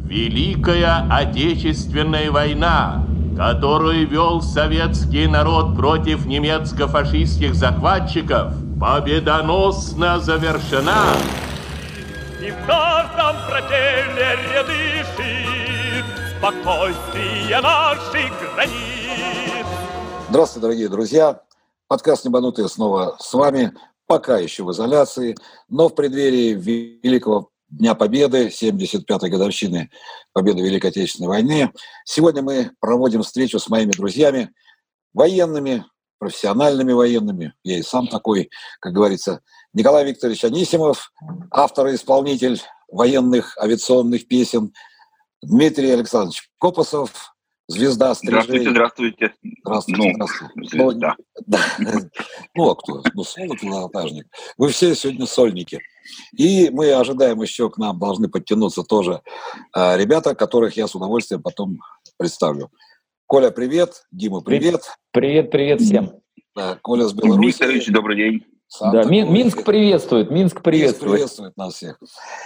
Великая Отечественная война, которую вел советский народ против немецко-фашистских захватчиков, победоносно завершена. И в каждом брателе ряды шит спокойствие наших границ. Здравствуйте, дорогие друзья. Подкаст «Небанутые» снова с вами, пока еще в изоляции, но в преддверии Великого Дня Победы, 75-й годовщины Победы в Великой Отечественной войне. Сегодня мы проводим встречу с моими друзьями, военными, профессиональными военными. Я и сам такой, как говорится. Николай Викторович Анисимов, автор и исполнитель военных авиационных песен. Дмитрий Александрович Копосов, звезда стрижей. Здравствуйте. Здравствуйте. Ну, а кто? Ну, соло-пилотажник. Вы все сегодня сольники. И мы ожидаем еще, к нам должны подтянуться тоже ребята, которых я с удовольствием потом представлю. Коля, привет. Дима, привет. Привет всем. Да, Коля с Беларуси. Викторович, добрый день. Да, Минск приветствует. Минск приветствует нас всех.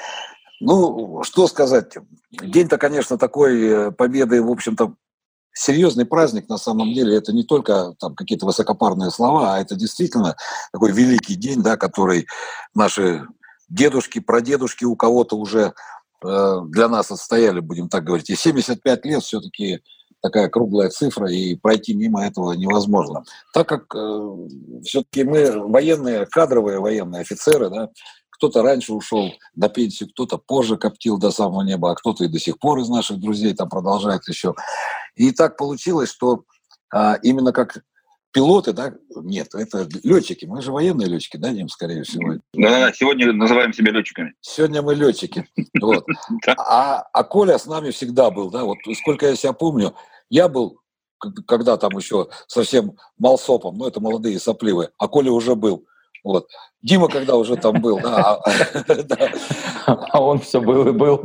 Ну, что сказать. День-то, конечно, такой победы, в общем-то, серьезный праздник на самом деле. Это не только там какие-то высокопарные слова, а это действительно такой великий день, да, который наши дедушки, прадедушки у кого-то уже для нас отстояли, будем так говорить. И 75 лет все-таки такая круглая цифра, и пройти мимо этого невозможно. Так как все-таки мы военные, кадровые военные офицеры, да, кто-то раньше ушел на пенсию, кто-то позже коптил до самого неба, а кто-то и до сих пор из наших друзей там продолжает еще. И так получилось, что именно как пилоты, да, нет, это летчики, мы же военные летчики, да, Дим, скорее всего. Да, сегодня называем себя летчиками. Сегодня мы летчики, вот. А Коля с нами всегда был, да, вот сколько я себя помню, я был, когда там еще совсем малсопом, ну, это молодые сопливые, а Коля уже был. Вот. Дима, когда уже там был, да. А он все был и был.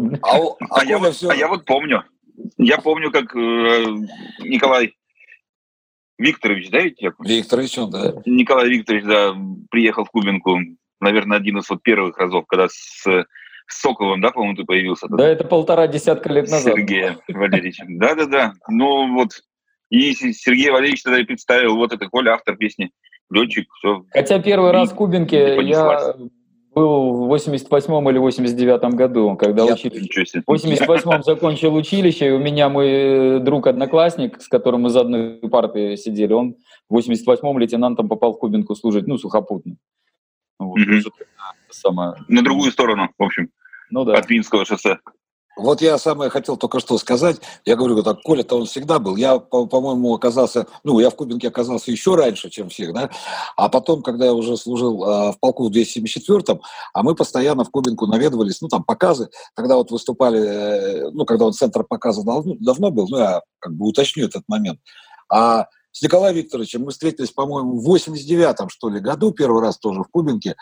Я вот помню. Я помню, как Николай Викторович, да, ведь? Викторович, он, да. Николай Викторович, да, приехал в Кубинку, наверное, один из вот первых разов, когда с Соколом, да, по-моему, ты появился. Да, это 1,5 десятка лет назад. Сергей Валерьевич. Да. Ну вот, и Сергей Валерьевич тогда и представил, вот это Коля, автор песни «Летчик». Все. Хотя первый раз в Кубинке я был в 88-м или 89-м году, когда учились. В 88-м закончил училище, и у меня мой друг-одноклассник, с которым мы за одной партой сидели, он в 88-м лейтенантом попал в Кубинку служить, ну, сухопутно. Вот, на другую сторону, в общем, от Винского шоссе. Вот я самое хотел только что сказать. Я говорю, так Коля-то он всегда был. Я, по-моему, оказался... Ну, я в Кубинке оказался еще раньше, чем всех, да. А потом, когда я уже служил в полку в 274-м, а мы постоянно в Кубинку наведывались, ну, там, показы. Тогда вот выступали... Ну, когда он центр показа давно был, ну, я как бы уточню этот момент. А с Николаем Викторовичем мы встретились, по-моему, в 89-м, что ли, году, первый раз тоже в Кубинке.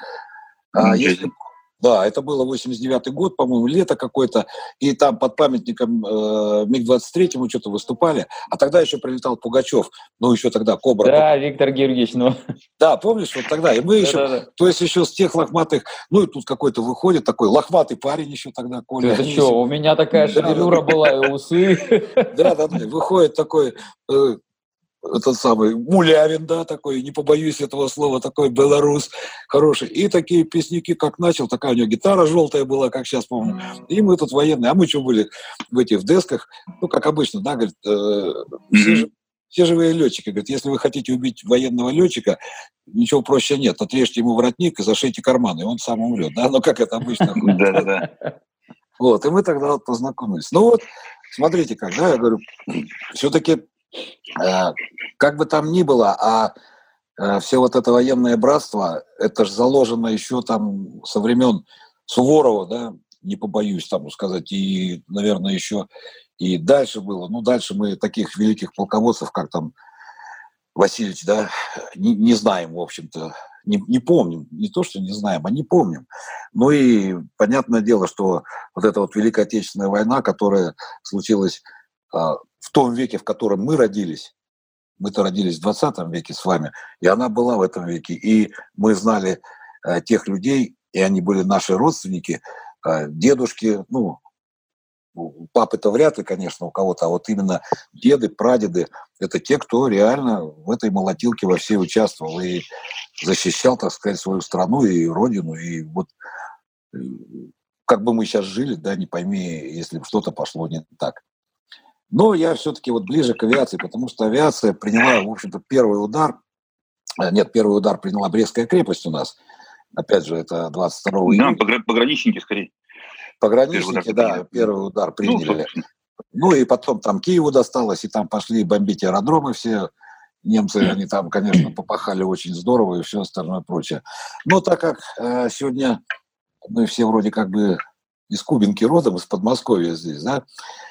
Да, это было 89-й год, по-моему, лето какое-то, и там под памятником МиГ-23 что-то выступали, а тогда еще прилетал Пугачев, ну, еще тогда Кобра. Да, Виктор Георгиевич, ну. Да, помнишь, вот тогда, и мы еще, Да. То есть еще с тех лохматых, ну, и тут какой-то выходит такой лохматый парень еще тогда, Коля. Это что, у меня такая шевелюра была, и усы. Да, выходит такой... этот самый Мулявин, да, такой, не побоюсь этого слова, такой белорус хороший. И такие песняки, как начал, такая у него гитара желтая была, как сейчас помню. И мы тут военные. А мы что были в десках? Ну, как обычно, да, говорит, все живые летчики. Говорит, если вы хотите убить военного летчика, ничего проще нет. Отрежьте ему воротник и зашейте карманы, и он сам умрет. Да, ну как это обычно. Да. Вот, и мы тогда вот познакомились. Ну вот, смотрите как, да, я говорю, все-таки как бы там ни было, а все вот это военное братство, это же заложено еще там со времен Суворова, да, не побоюсь там сказать, и, наверное, еще и дальше было. Ну, дальше мы таких великих полководцев, как там Васильевич, да, не знаем, в общем-то, не помним. Не то, что не знаем, а не помним. Ну и понятное дело, что вот эта вот Великая Отечественная война, которая случилась в том веке, в котором мы родились, мы-то родились в 20 веке с вами, и она была в этом веке. И мы знали тех людей, и они были наши родственники, дедушки, ну, папы-то вряд ли, конечно, у кого-то, а вот именно деды, прадеды, это те, кто реально в этой молотилке во всей участвовал и защищал, так сказать, свою страну и родину. И вот как бы мы сейчас жили, да, не пойми, если бы что-то пошло не так. Но я все-таки вот ближе к авиации, потому что авиация приняла, в общем-то, первый удар приняла Брестская крепость у нас. Опять же, это 22 июня. Да, пограничники скорее. Пограничники, да, первый удар приняли. Ну, и потом там Киеву досталось, и там пошли бомбить аэродромы все. Немцы, они там, конечно, попахали очень здорово и все остальное прочее. Но так как сегодня мы все вроде как бы из Кубинки родом, из Подмосковья здесь, да,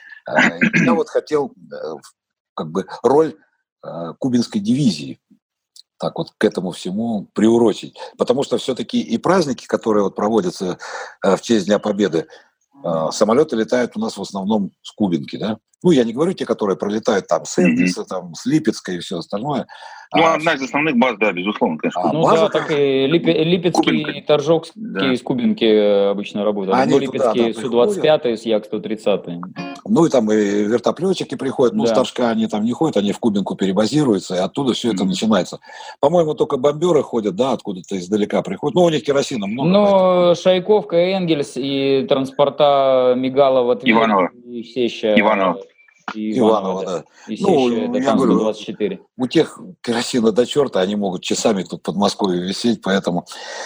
я вот хотел как бы роль Кубинской дивизии так вот к этому всему приурочить. Потому что все-таки и праздники, которые вот проводятся в честь Дня Победы, самолеты летают у нас в основном с Кубинки, да? Ну, я не говорю те, которые пролетают там с Энгельса, там, с Липецка и все остальное. Ну, одна из основных баз, да, безусловно, конечно. Да, так и Липецкий и Торжокский из Кубинки обычно работают. Они Липецкий Су-25 с Як-130. Ну, и там и вертоплетчики приходят, ну, Ставшка они там не ходят, они в Кубинку перебазируются, и оттуда все это начинается. По-моему, только бомберы ходят, да, откуда-то издалека приходят. Ну, у них керосина много. Ну, Шайковка, Энгельс и транспорта Мигалова, Иванова. И Сеща. Иванова, да. И Сеща, я говорю, 24. У тех керосина до черта, они могут часами тут в Подмосковье висеть, поэтому...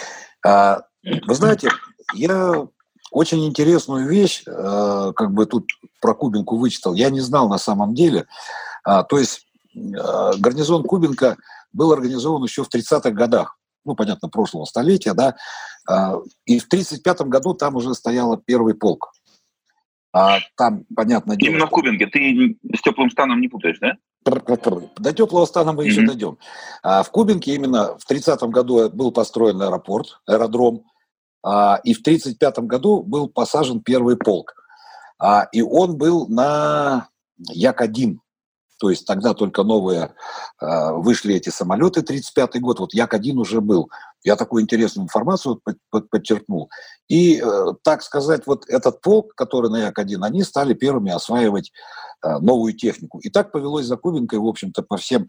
Вы знаете, я очень интересную вещь, как бы тут про Кубинку вычитал, я не знал на самом деле. То есть гарнизон Кубинка был организован еще в 30-х годах, ну, понятно, прошлого столетия, да, и в 35-м году там уже стоял первый полк. Там, понятно дело... Именно в Кубинке. Ты с теплым станом не путаешь, да? До теплого стана мы еще дойдем. В Кубинке именно в 30-м году был построен аэродром, и в 35-м году был посажен первый полк. И он был на Як-1. То есть тогда только новые вышли эти самолеты, 35-й год, вот Як-1 уже был. Я такую интересную информацию подчеркнул. И, так сказать, вот этот полк, который на Як-1, они стали первыми осваивать новую технику. И так повелось за Кубинкой, в общем-то, по всем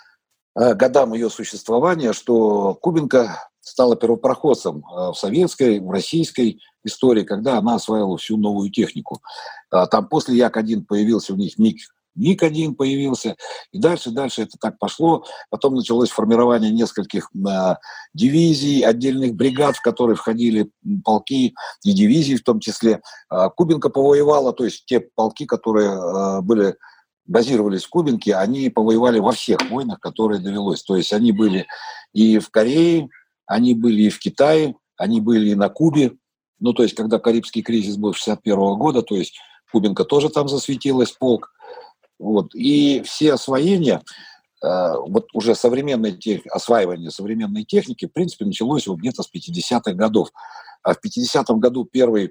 годам ее существования, что Кубинка стала первопроходцем в советской, в российской истории, когда она осваивала всю новую технику. Там после Як-1 появился у них МиГ-1 появился, и дальше это так пошло. Потом началось формирование нескольких дивизий, отдельных бригад, в которые входили полки и дивизии в том числе. Кубинка повоевала, то есть те полки, которые базировались в Кубинке, они повоевали во всех войнах, которые довелось. То есть они были и в Корее, они были и в Китае, они были и на Кубе. Ну, то есть когда Карибский кризис был 61 года, то есть Кубинка тоже там засветилась, полк. Вот. И все освоения, вот уже осваивание современной техники, в принципе, началось вот где-то с 50-х годов. А в 50-м году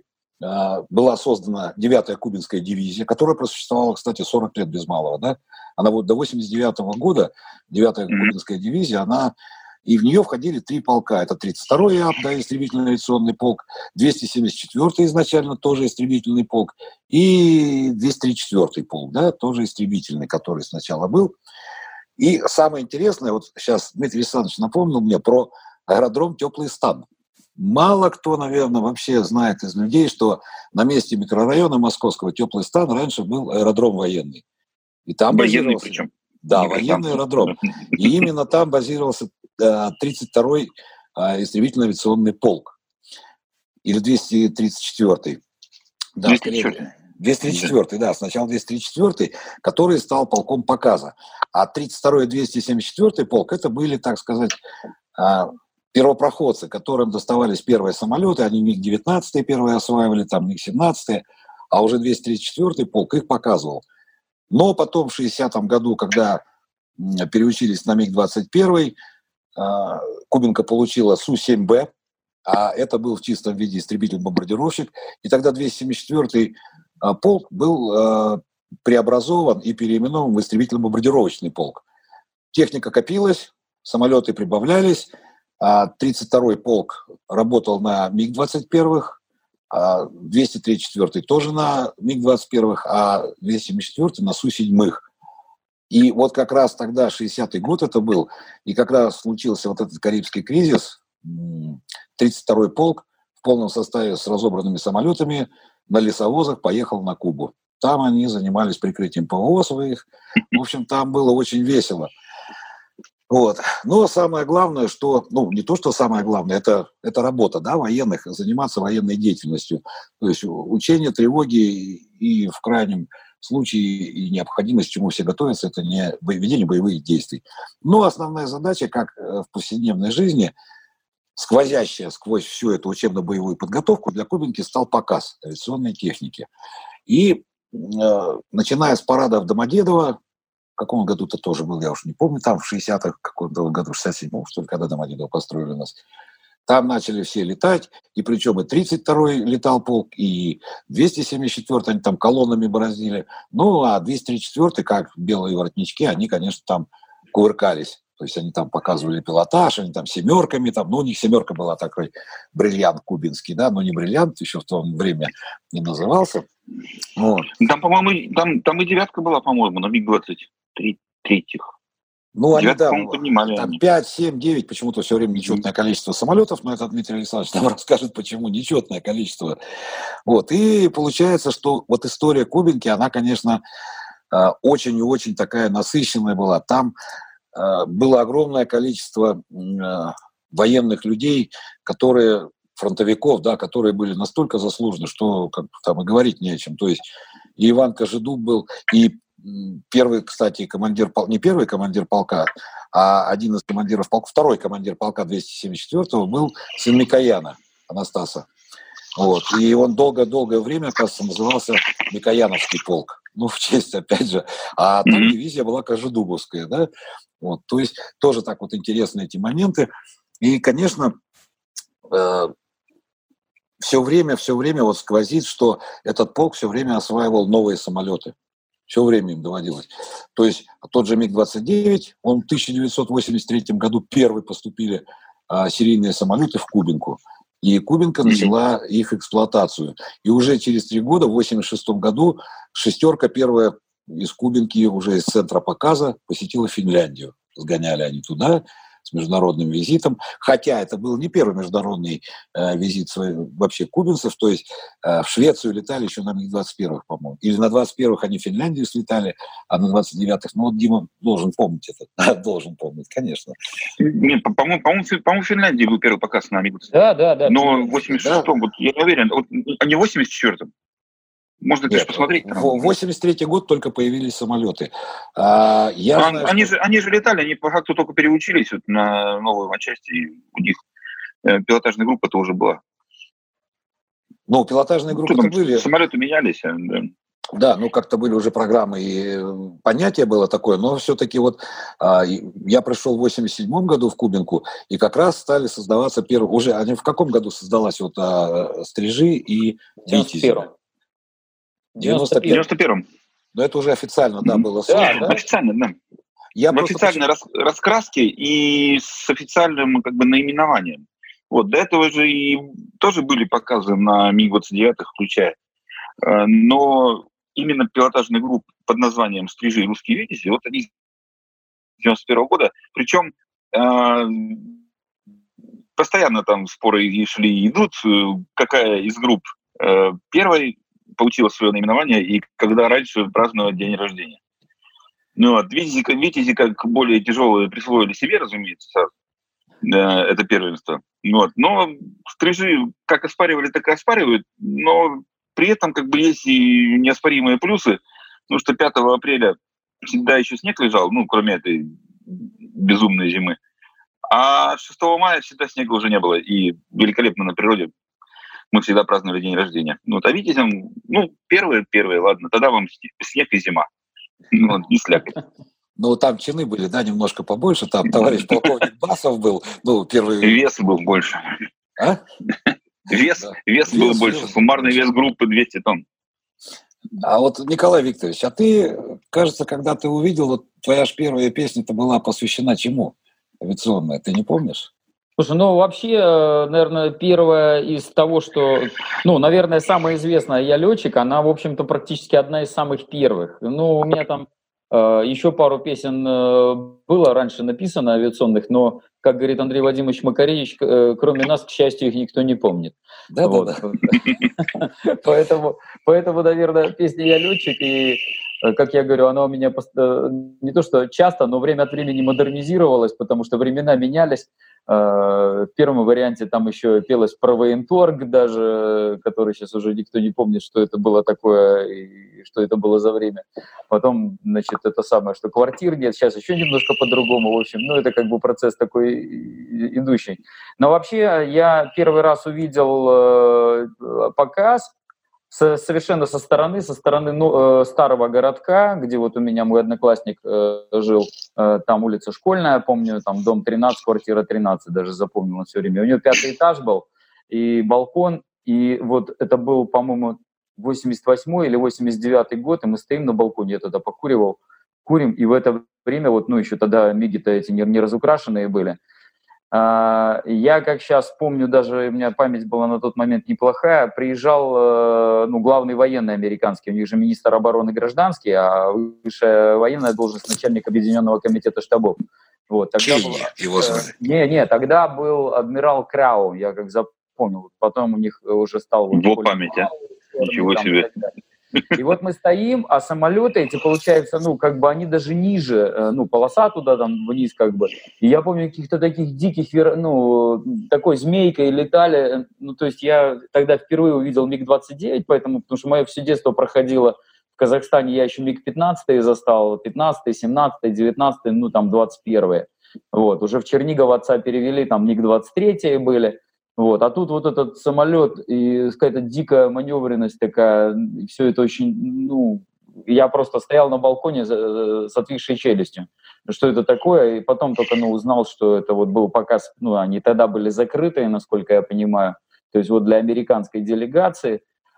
была создана 9-я Кубинская дивизия, которая просуществовала, кстати, 40 лет без малого. Да? Она вот до 89-го года, 9-я Кубинская дивизия, и в нее входили 3 полка. Это 32-й АП, да, истребительный авиационный полк, 274-й изначально тоже истребительный полк, и 234-й полк, да, тоже истребительный, который сначала был. И самое интересное, вот сейчас Дмитрий Александрович напомнил мне про аэродром «Теплый стан». Мало кто, наверное, вообще знает из людей, что на месте микрорайона московского «Теплый стан» раньше был аэродром военный. И там военный причем. Да, военный аэродром. И именно там базировался 32-й истребительный авиационный полк. Или 234-й. Да, 234-й, да, сначала 234-й, который стал полком показа. А 32-й и 274-й полк, это были, так сказать, первопроходцы, которым доставались первые самолеты, они МиГ-19 первые осваивали, там МиГ-17, а уже 234-й полк их показывал. Но потом в 60-м году, когда переучились на МиГ-21, Кубинка получила Су-7Б, а это был в чистом виде истребитель-бомбардировщик, и тогда 274-й полк был преобразован и переименован в истребительно-бомбардировочный полк. Техника копилась, самолеты прибавлялись, 32-й полк работал на МиГ-21, 234-й тоже на МиГ-21, а 274-й на Су-7. И вот как раз тогда, 60-й год это был, и как раз случился вот этот Карибский кризис, 32-й полк в полном составе с разобранными самолетами на лесовозах поехал на Кубу. Там они занимались прикрытием ПВО своих. В общем, там было очень весело. Вот. Но самое главное, что, не то, что самое главное, это работа, да, военных, заниматься военной деятельностью. То есть учение, тревоги и в крайнем случае и необходимость, к чему все готовятся, это не ведение боевых действий. Но основная задача, как в повседневной жизни, сквозящая сквозь всю эту учебно-боевую подготовку, для Кубинки стал показ авиационной техники. И начиная с парада в Домодедово, в каком году-то тоже был, я уж не помню, там в 60-х, в каком-то году, в 67-м, что ли, когда Домодедово построили у нас, там начали все летать, и причем и 32-й летал полк, и 274-й, они там колоннами бороздили. Ну, а 234-й, как белые воротнички, они, конечно, там кувыркались. То есть они там показывали пилотаж, они там семерками, у них семерка была такой бриллиант кубинский, да, но не бриллиант, еще в то время не назывался. Вот. Там, по-моему, там и девятка была, по-моему, на МиГ-23. Ну, они, да, поднимали. Там 5, 7, 9, почему-то все время нечетное количество самолетов, но это Дмитрий Александрович нам расскажет, почему нечетное количество. Вот. И получается, что вот история Кубинки, она, конечно, очень и очень такая насыщенная была. Там было огромное количество военных людей, фронтовиков, да, которые были настолько заслужены, что там и говорить не о чем. То есть и Иван Кожедуб был, и первый, кстати, командир полка, не первый командир полка, а один из командиров полка, второй командир полка 274-го был сын Микояна, Анастаса. Вот. И он долгое время, кажется, назывался Микояновский полк. В честь, опять же. А там дивизия была Кожедубовская, да. Вот. То есть тоже так вот интересны эти моменты. И, конечно, все время вот сквозит, что этот полк все время осваивал новые самолеты. Все время им доводилось. То есть тот же МиГ-29, он в 1983 году первый поступили серийные самолеты в Кубинку. И Кубинка начала их эксплуатацию. И уже через 3 года, в 1986 году, «шестерка» первая из Кубинки, уже из центра показа, посетила Финляндию. Сгоняли они туда с международным визитом. Хотя это был не первый международный визит вообще кубинцев. То есть в Швецию летали еще на МиГ-21, по-моему. Или на 21-х они в Финляндию слетали, а на 29-х... вот Дима должен помнить это. Должен помнить, конечно. Нет, по-моему, в Финляндии был первый показ на МиГ-21. Да. Но в 86-м, вот, я не уверен, а не в 84-м. Можно, конечно, посмотреть. В 83-й год только появились самолеты. Они же летали, они по факту только переучились на новую матчасть, и у них пилотажная группа тоже была. Пилотажные группы были. Самолеты менялись, да. Да, как-то были уже программы, и понятие было такое, но все-таки вот я пришел в 87-м году в Кубинку, и как раз стали создаваться первые... Уже они в каком году создалась «Стрижи» и «Витязи»? В 91-м. Но это уже официально, да, было создано. Да, официально, да. В официальной раскраске и с официальным наименованием. Вот, до этого же и тоже были показы на МиГ-29, включая. Но именно пилотажная группа под названием «Стрижи и русские витязи», вот они с 91-го года. Причем постоянно там споры шли и идут, какая из групп первой получила свое наименование и когда раньше праздновать день рождения. Витязи как более тяжелые присвоили себе, разумеется, сразу. Это первенство. Но «Стрижи» как оспаривали, так и оспаривают, но при этом есть и неоспоримые плюсы, потому что 5 апреля всегда еще снег лежал, кроме этой безумной зимы. А 6 мая всегда снега уже не было, и великолепно на природе мы всегда праздновали день рождения. А «Витязям», первые, ладно, тогда вам снег и зима. И слякоть. Там чины были, да, немножко побольше. Там товарищ полковник Басов был, первый... Вес был больше. А? Вес был больше. Суммарный вес группы 200 тонн. А вот, Николай Викторович, а ты, кажется, когда ты увидел, твоя же первая песня-то была посвящена чему? Авиационная, ты не помнишь? Слушай, ну вообще, наверное, первое из того, что, ну, наверное, самая известная «Я летчик», она, в общем-то, практически одна из самых первых. Ну, у меня там еще пару песен было раньше написано авиационных, но, как говорит Андрей Вадимович Макаревич, кроме нас, к счастью, их никто не помнит. Да. Поэтому, наверное, песня «Я летчик», и, как я говорю, она у меня не то что часто, но время от времени модернизировалась, потому что времена менялись. В первом варианте там еще пелось про военторг даже, который сейчас уже никто не помнит, что это было такое и что это было за время. Потом, значит, это самое, что квартир нет, сейчас еще немножко по-другому, в общем, ну, это как бы процесс такой идущий. Но вообще я первый раз увидел показ совершенно со стороны старого городка, где вот у меня мой одноклассник жил, там улица Школьная, помню, там дом 13, квартира 13, даже запомнил он все время. У него 5-й этаж был, и балкон, и вот это был, по-моему, 88-й или 89-й год, и мы стоим на балконе, я тогда покуривал, курим, и в это время, вот, ну, еще тогда миги-то эти не разукрашенные были. Я, как сейчас помню, даже у меня память была на тот момент неплохая, приезжал главный военный американский, у них же министр обороны гражданский, а высшая военная должность начальник Объединенного комитета штабов. Вот, тогда его звали? Не, тогда был адмирал Крау, я как запомнил. Потом у них уже стал... Во память, а? Ничего себе. И вот мы стоим, а самолеты эти, получается, ну, как бы они даже ниже, ну, полоса туда там вниз, как бы. И я помню каких-то таких диких, ну, такой змейкой летали. Ну, то есть я тогда впервые увидел МиГ-29, поэтому, потому что мое все детство проходило в Казахстане, я еще МиГ-15 застал, 15-й, 17-й, 19-й, ну, там, 21-е. Вот, уже в Чернигово отца перевели, там, МиГ-23 были. Вот. А тут вот этот самолет и какая-то дикая маневренность такая, и все это очень, ну, я просто стоял на балконе с отвисшей челюстью. Что это такое? И потом только, ну, узнал, что это вот был показ, ну, они тогда были закрытые, насколько я понимаю, то есть вот для американской делегации.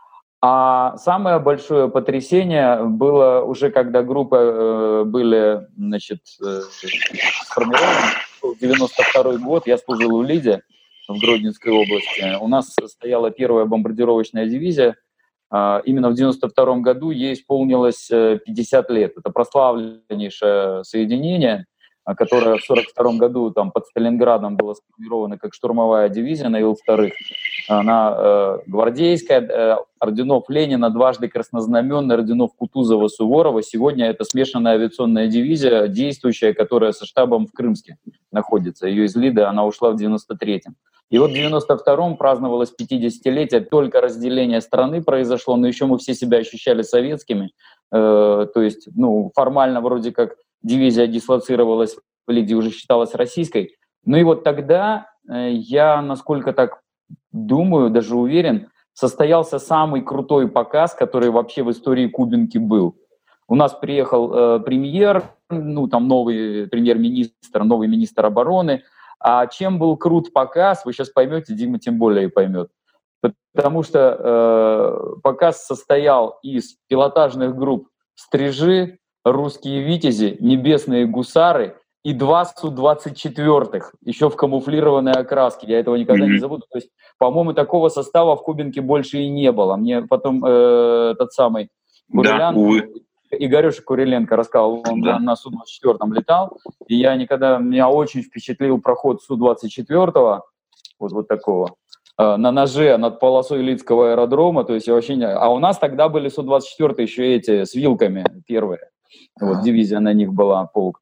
А самое большое потрясение было уже, когда группы были, значит, сформированы, 92-й год, я служил в ЛИДе, в Гродненской области. У нас стояла первая бомбардировочная дивизия. Именно в 92 году ей исполнилось 50 лет. Это прославленнейшее соединение, которое в 42 году там, под Сталинградом было сформировано как штурмовая дивизия на Ил-2. Она гвардейская, орденов Ленина, дважды краснознаменная, орденов Кутузова, Суворова. Сегодня это смешанная авиационная дивизия, действующая, которая со штабом в Крымске находится. Ее из ЛИДа, она ушла в 93-м. И вот в 92-м праздновалось 50-летие, только разделение страны произошло, но еще мы все себя ощущали советскими. То есть, ну, формально вроде как дивизия дислоцировалась в ЛИДе, уже считалась российской. Ну и вот тогда я, насколько так думаю, даже уверен, состоялся самый крутой показ, который вообще в истории Кубинки был. У нас приехал премьер, ну там новый премьер-министр, новый министр обороны. А чем был крут показ, вы сейчас поймете, Дима тем более и поймет. Потому что показ состоял из пилотажных групп «Стрижи», «Русские витязи», «Небесные гусары» и 2 Су-24, еще в камуфлированной окраске. Я этого никогда не забуду. То есть, по-моему, такого состава в Кубинке больше и не было. Мне потом тот самый Курилян, Игорюша Куриленко рассказал, он на Су-24 летал, и меня очень впечатлил проход Су-24, вот такого, на ноже над полосой Лидского аэродрома, то есть вообще а у нас тогда были Су-24 еще эти с вилками первые, вот дивизия на них была, полк.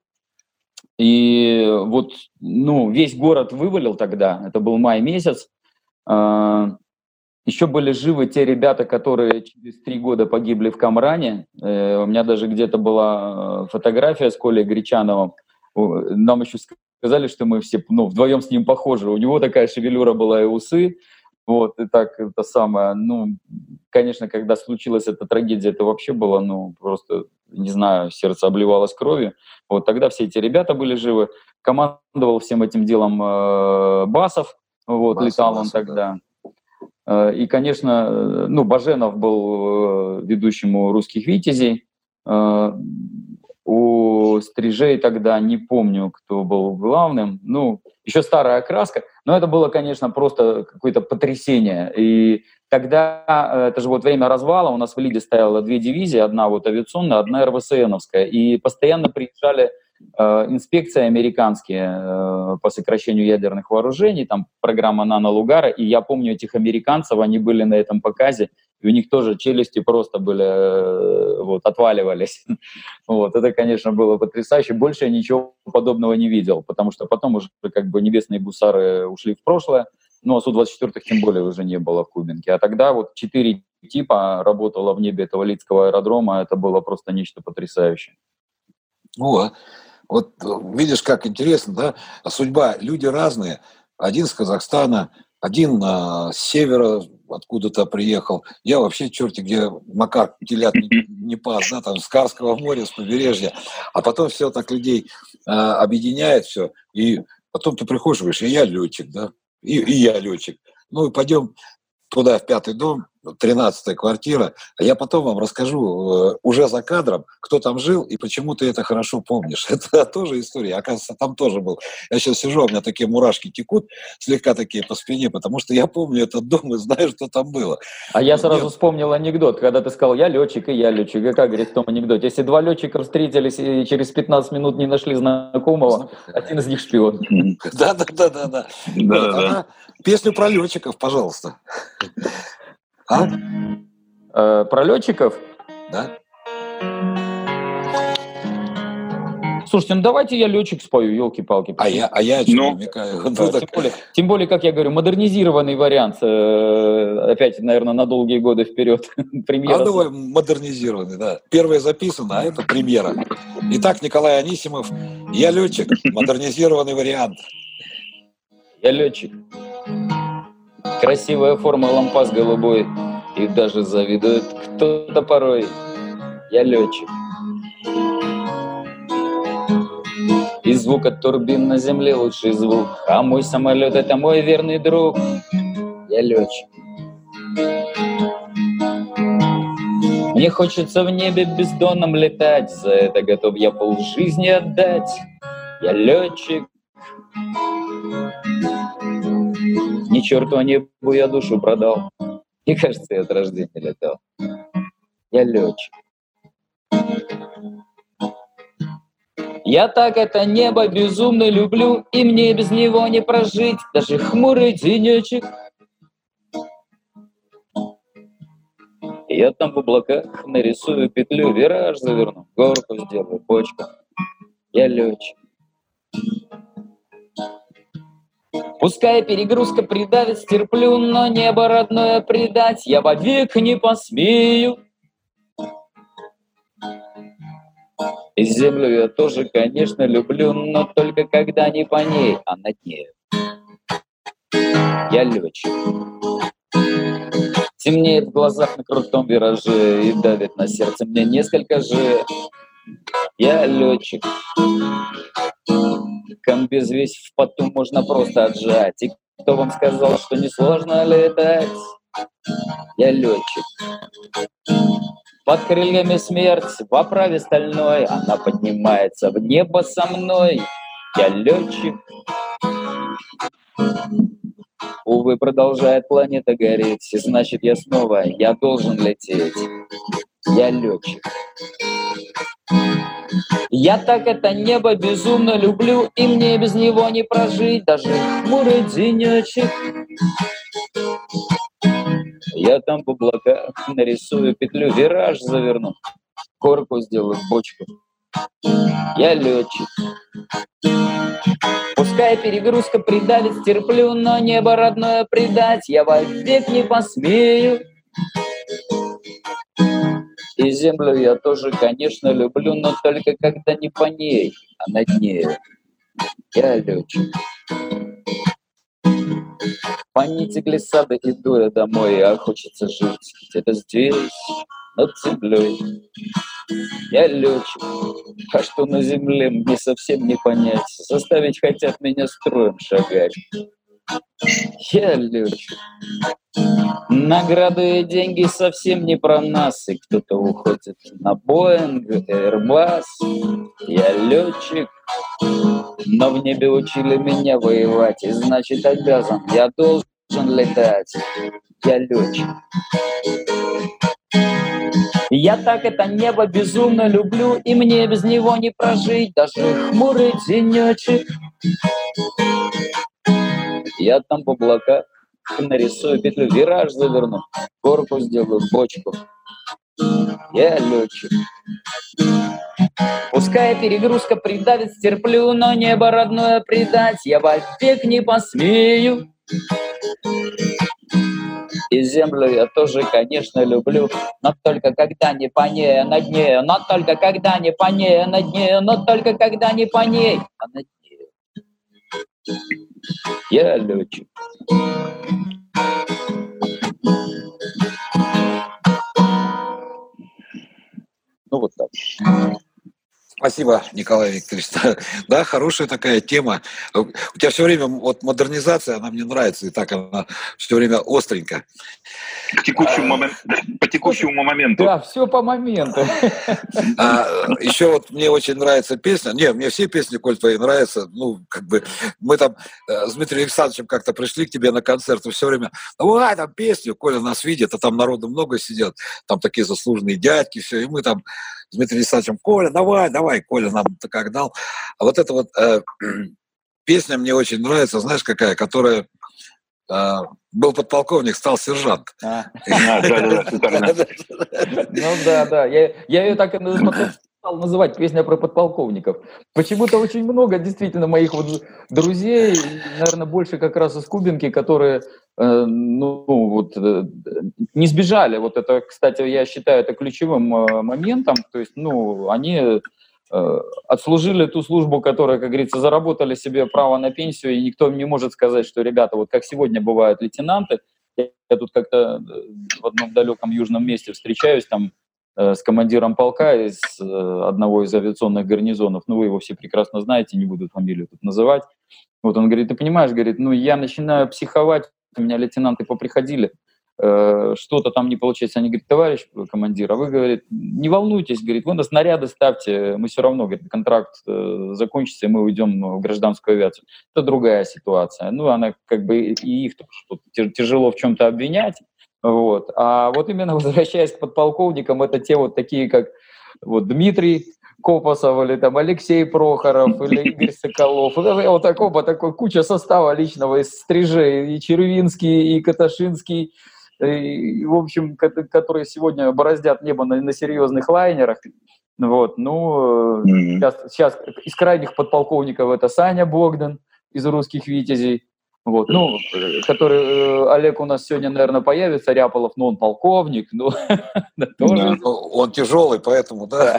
И вот, ну, весь город вывалил тогда, это был май месяц. Еще были живы те ребята, которые через 3 года погибли в Камране. У меня даже где-то была фотография с Колей Гречановым. Нам еще сказали, что мы все, ну, вдвоем с ним похожи. У него такая шевелюра была и усы. Вот, и так это самое. Ну, конечно, когда случилась эта трагедия, это вообще было, ну, просто, не знаю, сердце обливалось кровью. Вот тогда все эти ребята были живы. Командовал всем этим делом Басов. Вот, летал он тогда. Да. И, конечно, ну, Баженов был ведущим у «Русских витязей». У «Стрижей» тогда не помню, кто был главным. Ну, еще старая окраска. Но это было, конечно, просто какое-то потрясение. И тогда, это же вот время развала, у нас в Лиде стояло 2 дивизии, одна вот авиационная, одна РВСНовская. И постоянно приезжали инспекции американские по сокращению ядерных вооружений, там программа Нано Лугара, и я помню этих американцев, они были на этом показе, и у них тоже челюсти просто были, вот, отваливались. Вот, это, конечно, было потрясающе. Больше я ничего подобного не видел, потому что потом уже как бы небесные гусары ушли в прошлое, но Су-24 тем более уже не было в Кубинке. А тогда вот 4 типа работало в небе этого Лидского аэродрома, это было просто нечто потрясающее. Вот видишь, как интересно, да? Судьба, люди разные. Один с Казахстана, один с севера откуда-то приехал. Я вообще черти где Макар телят не пас, да, там с Карского моря, с побережья. А потом все так людей объединяет все. И потом ты приходишь и говоришь, и я летчик, да, и я летчик. Ну и пойдем туда, в 5-й дом, 13-я квартира, а я потом вам расскажу уже за кадром, кто там жил и почему ты это хорошо помнишь. Это тоже история. Оказывается, там тоже был. Я сейчас сижу, у меня такие мурашки текут, слегка такие по спине, потому что я помню этот дом и знаю, что там было. А я сразу вспомнил анекдот, когда ты сказал, я летчик, и я летчик. И как говорит в том анекдоте, если 2 летчика встретились и через 15 минут не нашли знакомого, один из них шпион. Да. Песню про летчиков, пожалуйста. Про летчиков? Да. Слушайте, ну давайте я летчик спою, елки-палки. А я о чем намекаю? Тем более, как я говорю, модернизированный вариант. Опять, наверное, на долгие годы вперед. Премьера. Давай модернизированный, да. Первое записано, а это премьера. Итак, Николай Анисимов, я летчик, модернизированный вариант. Я летчик. Красивая форма, лампас голубой, и даже завидует кто-то порой. Я летчик. И звук от турбин на земле лучший звук, а мой самолет — это мой верный друг. Я летчик. Мне хочется в небе бездонном летать, за это готов я полжизни отдать. Я летчик. Ни черту небу я душу продал. Мне кажется, я от рождения летал. Я летчик. Я так это небо безумно люблю, и мне без него не прожить даже хмурый денечек. Я там в облаках нарисую петлю, вираж заверну, горку сделаю, почку. Я летчик. Пускай перегрузка придавит, стерплю, но небо родное предать я вовек не посмею. И землю я тоже, конечно, люблю, но только когда не по ней, а над ней. Я летчик. Темнеет в глазах на крутом вираже и давит на сердце мне несколько же. Я летчик. Комбез весь в поту можно просто отжать. И кто вам сказал, что несложно летать? Я летчик. Под крыльями смерть в оправе стальной, она поднимается в небо со мной. Я летчик. Увы, продолжает планета гореть, и значит я должен лететь. Я летчик. Я так это небо безумно люблю, и мне без него не прожить даже хмурый денечек. Я там в облаках нарисую петлю, вираж заверну, корку сделаю, бочку. Я летчик. Пускай перегрузка придавит, стерплю, но небо родное предать я вовек не посмею. И землю я тоже, конечно, люблю, но только когда не по ней, а над ней. Я летчик. По нити глиссады иду я домой, а хочется жить где-то здесь, над землей. Я летчик, а что на земле мне совсем не понять. Заставить хотят меня строем шагать. Я летчик. Награды и деньги совсем не про нас, и кто-то уходит на Боинг, Airbus. Я летчик, но в небе учили меня воевать, и значит обязан, я должен летать. Я летчик. Я так это небо безумно люблю, и мне без него не прожить даже хмурый денечек. Я там в облаках нарисую петлю, вираж заверну, горку сделаю, бочку. Я летчик. Пускай перегрузка придавит, стерплю, но небо родное предать я вовек не посмею. И землю я тоже, конечно, люблю, но только когда не по ней, а над ней, но только когда не по ней, а над ней, но только когда не по ней, а над ней. Я летчик. Ну вот так. Спасибо, Николай Викторович. Да, хорошая такая тема. У тебя все время вот модернизация, она мне нравится, и так она все время остренько. По текущему моменту. Да, все по моменту. Еще вот мне очень нравится песня. Не, мне все песни, Коль, твои нравятся. Ну, как бы мы там с Дмитрием Александровичем как-то пришли к тебе на концерт, и все время, давай там песню, Коля нас видит, а там народу много сидят, там такие заслуженные дядьки, все, и мы там с Дмитрием Александровичем, Коля, давай, Коля нам как дал. А вот эта вот песня мне очень нравится, знаешь, какая, которая был подполковник, стал сержант. Ну да. Я ее так и стал называть, песня про подполковников. Почему-то очень много действительно моих вот друзей, наверное, больше как раз из Кубинки, которые не сбежали. Вот это, кстати, я считаю это ключевым моментом. То есть, они отслужили ту службу, которая, как говорится, заработали себе право на пенсию, и никто не может сказать, что, ребята, вот как сегодня бывают лейтенанты, я тут как-то в одном далеком южном месте встречаюсь там с командиром полка из одного из авиационных гарнизонов, вы его все прекрасно знаете, не буду фамилию тут называть. Вот он говорит, ты понимаешь, говорит, я начинаю психовать, у меня лейтенанты поприходили, что-то там не получается. Они говорят, товарищ командир, а вы, говорит, не волнуйтесь, говорит, вы на снаряды ставьте, мы все равно, говорит, контракт закончится, и мы уйдем в гражданскую авиацию. Это другая ситуация. Она как бы и их тяжело в чем-то обвинять. Вот. А вот именно возвращаясь к подполковникам, это те вот такие, как вот Дмитрий Копосов, или там Алексей Прохоров, или Игорь Соколов. Вот такой куча состава личного из стрижей, и Червинский, и Каташинский, и, в общем, которые сегодня бороздят небо на серьезных лайнерах. Вот. Сейчас из крайних подполковников это Саня Богдан из «Русских витязей». Вот, который Олег у нас сегодня, наверное, появится, Ряполов, но он полковник, он тяжелый, поэтому, да.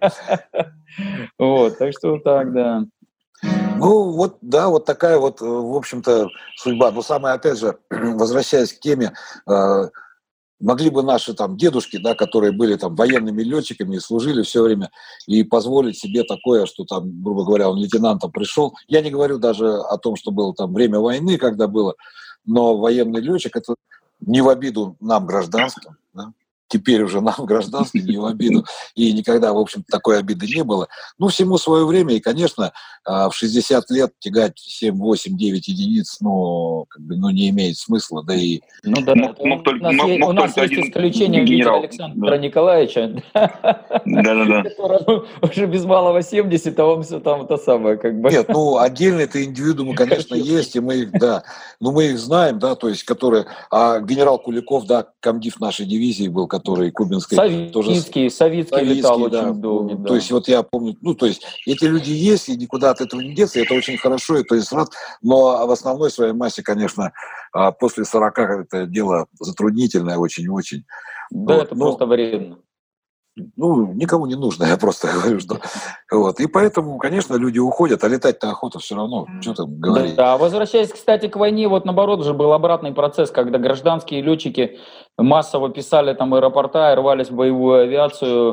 Вот, так что так, да. Вот такая вот, в общем-то, судьба. Но самое, опять же, возвращаясь к теме, могли бы наши там дедушки, да, которые были там военными летчиками и служили все время, и позволить себе такое, что там, грубо говоря, он лейтенантом пришел. Я не говорю даже о том, что было там время войны, когда было, но военный летчик – это не в обиду нам, гражданским, да? Теперь уже нам, гражданским, не в обиду. И никогда, в общем-то, такой обиды не было. Всему свое время. И, конечно, в 60 лет тягать 7, 8, 9 единиц, не имеет смысла. Да и... У нас есть исключение в виде Александра Николаевича, которому уже без малого 70, а он все там это самое. Нет, отдельные-то индивидуумы, конечно, есть, и мы их, мы их знаем, да, то есть, которые... А генерал Куликов, да, комдив нашей дивизии был, который Кубинской... Советский летал очень долго. Да. То есть, вот я помню, то есть, эти люди есть, и никуда от этого не деться, и это очень хорошо, это есть рад, но в основной своей массе, конечно, после 40 это дело затруднительное очень-очень. Да, это просто вредно. Никому не нужно, я просто говорю, что... Вот. И поэтому, конечно, люди уходят, а летать-то охота все равно, что там говорить. Да, возвращаясь, кстати, к войне, вот наоборот же был обратный процесс, когда гражданские летчики массово писали там аэропорта и рвались в боевую авиацию,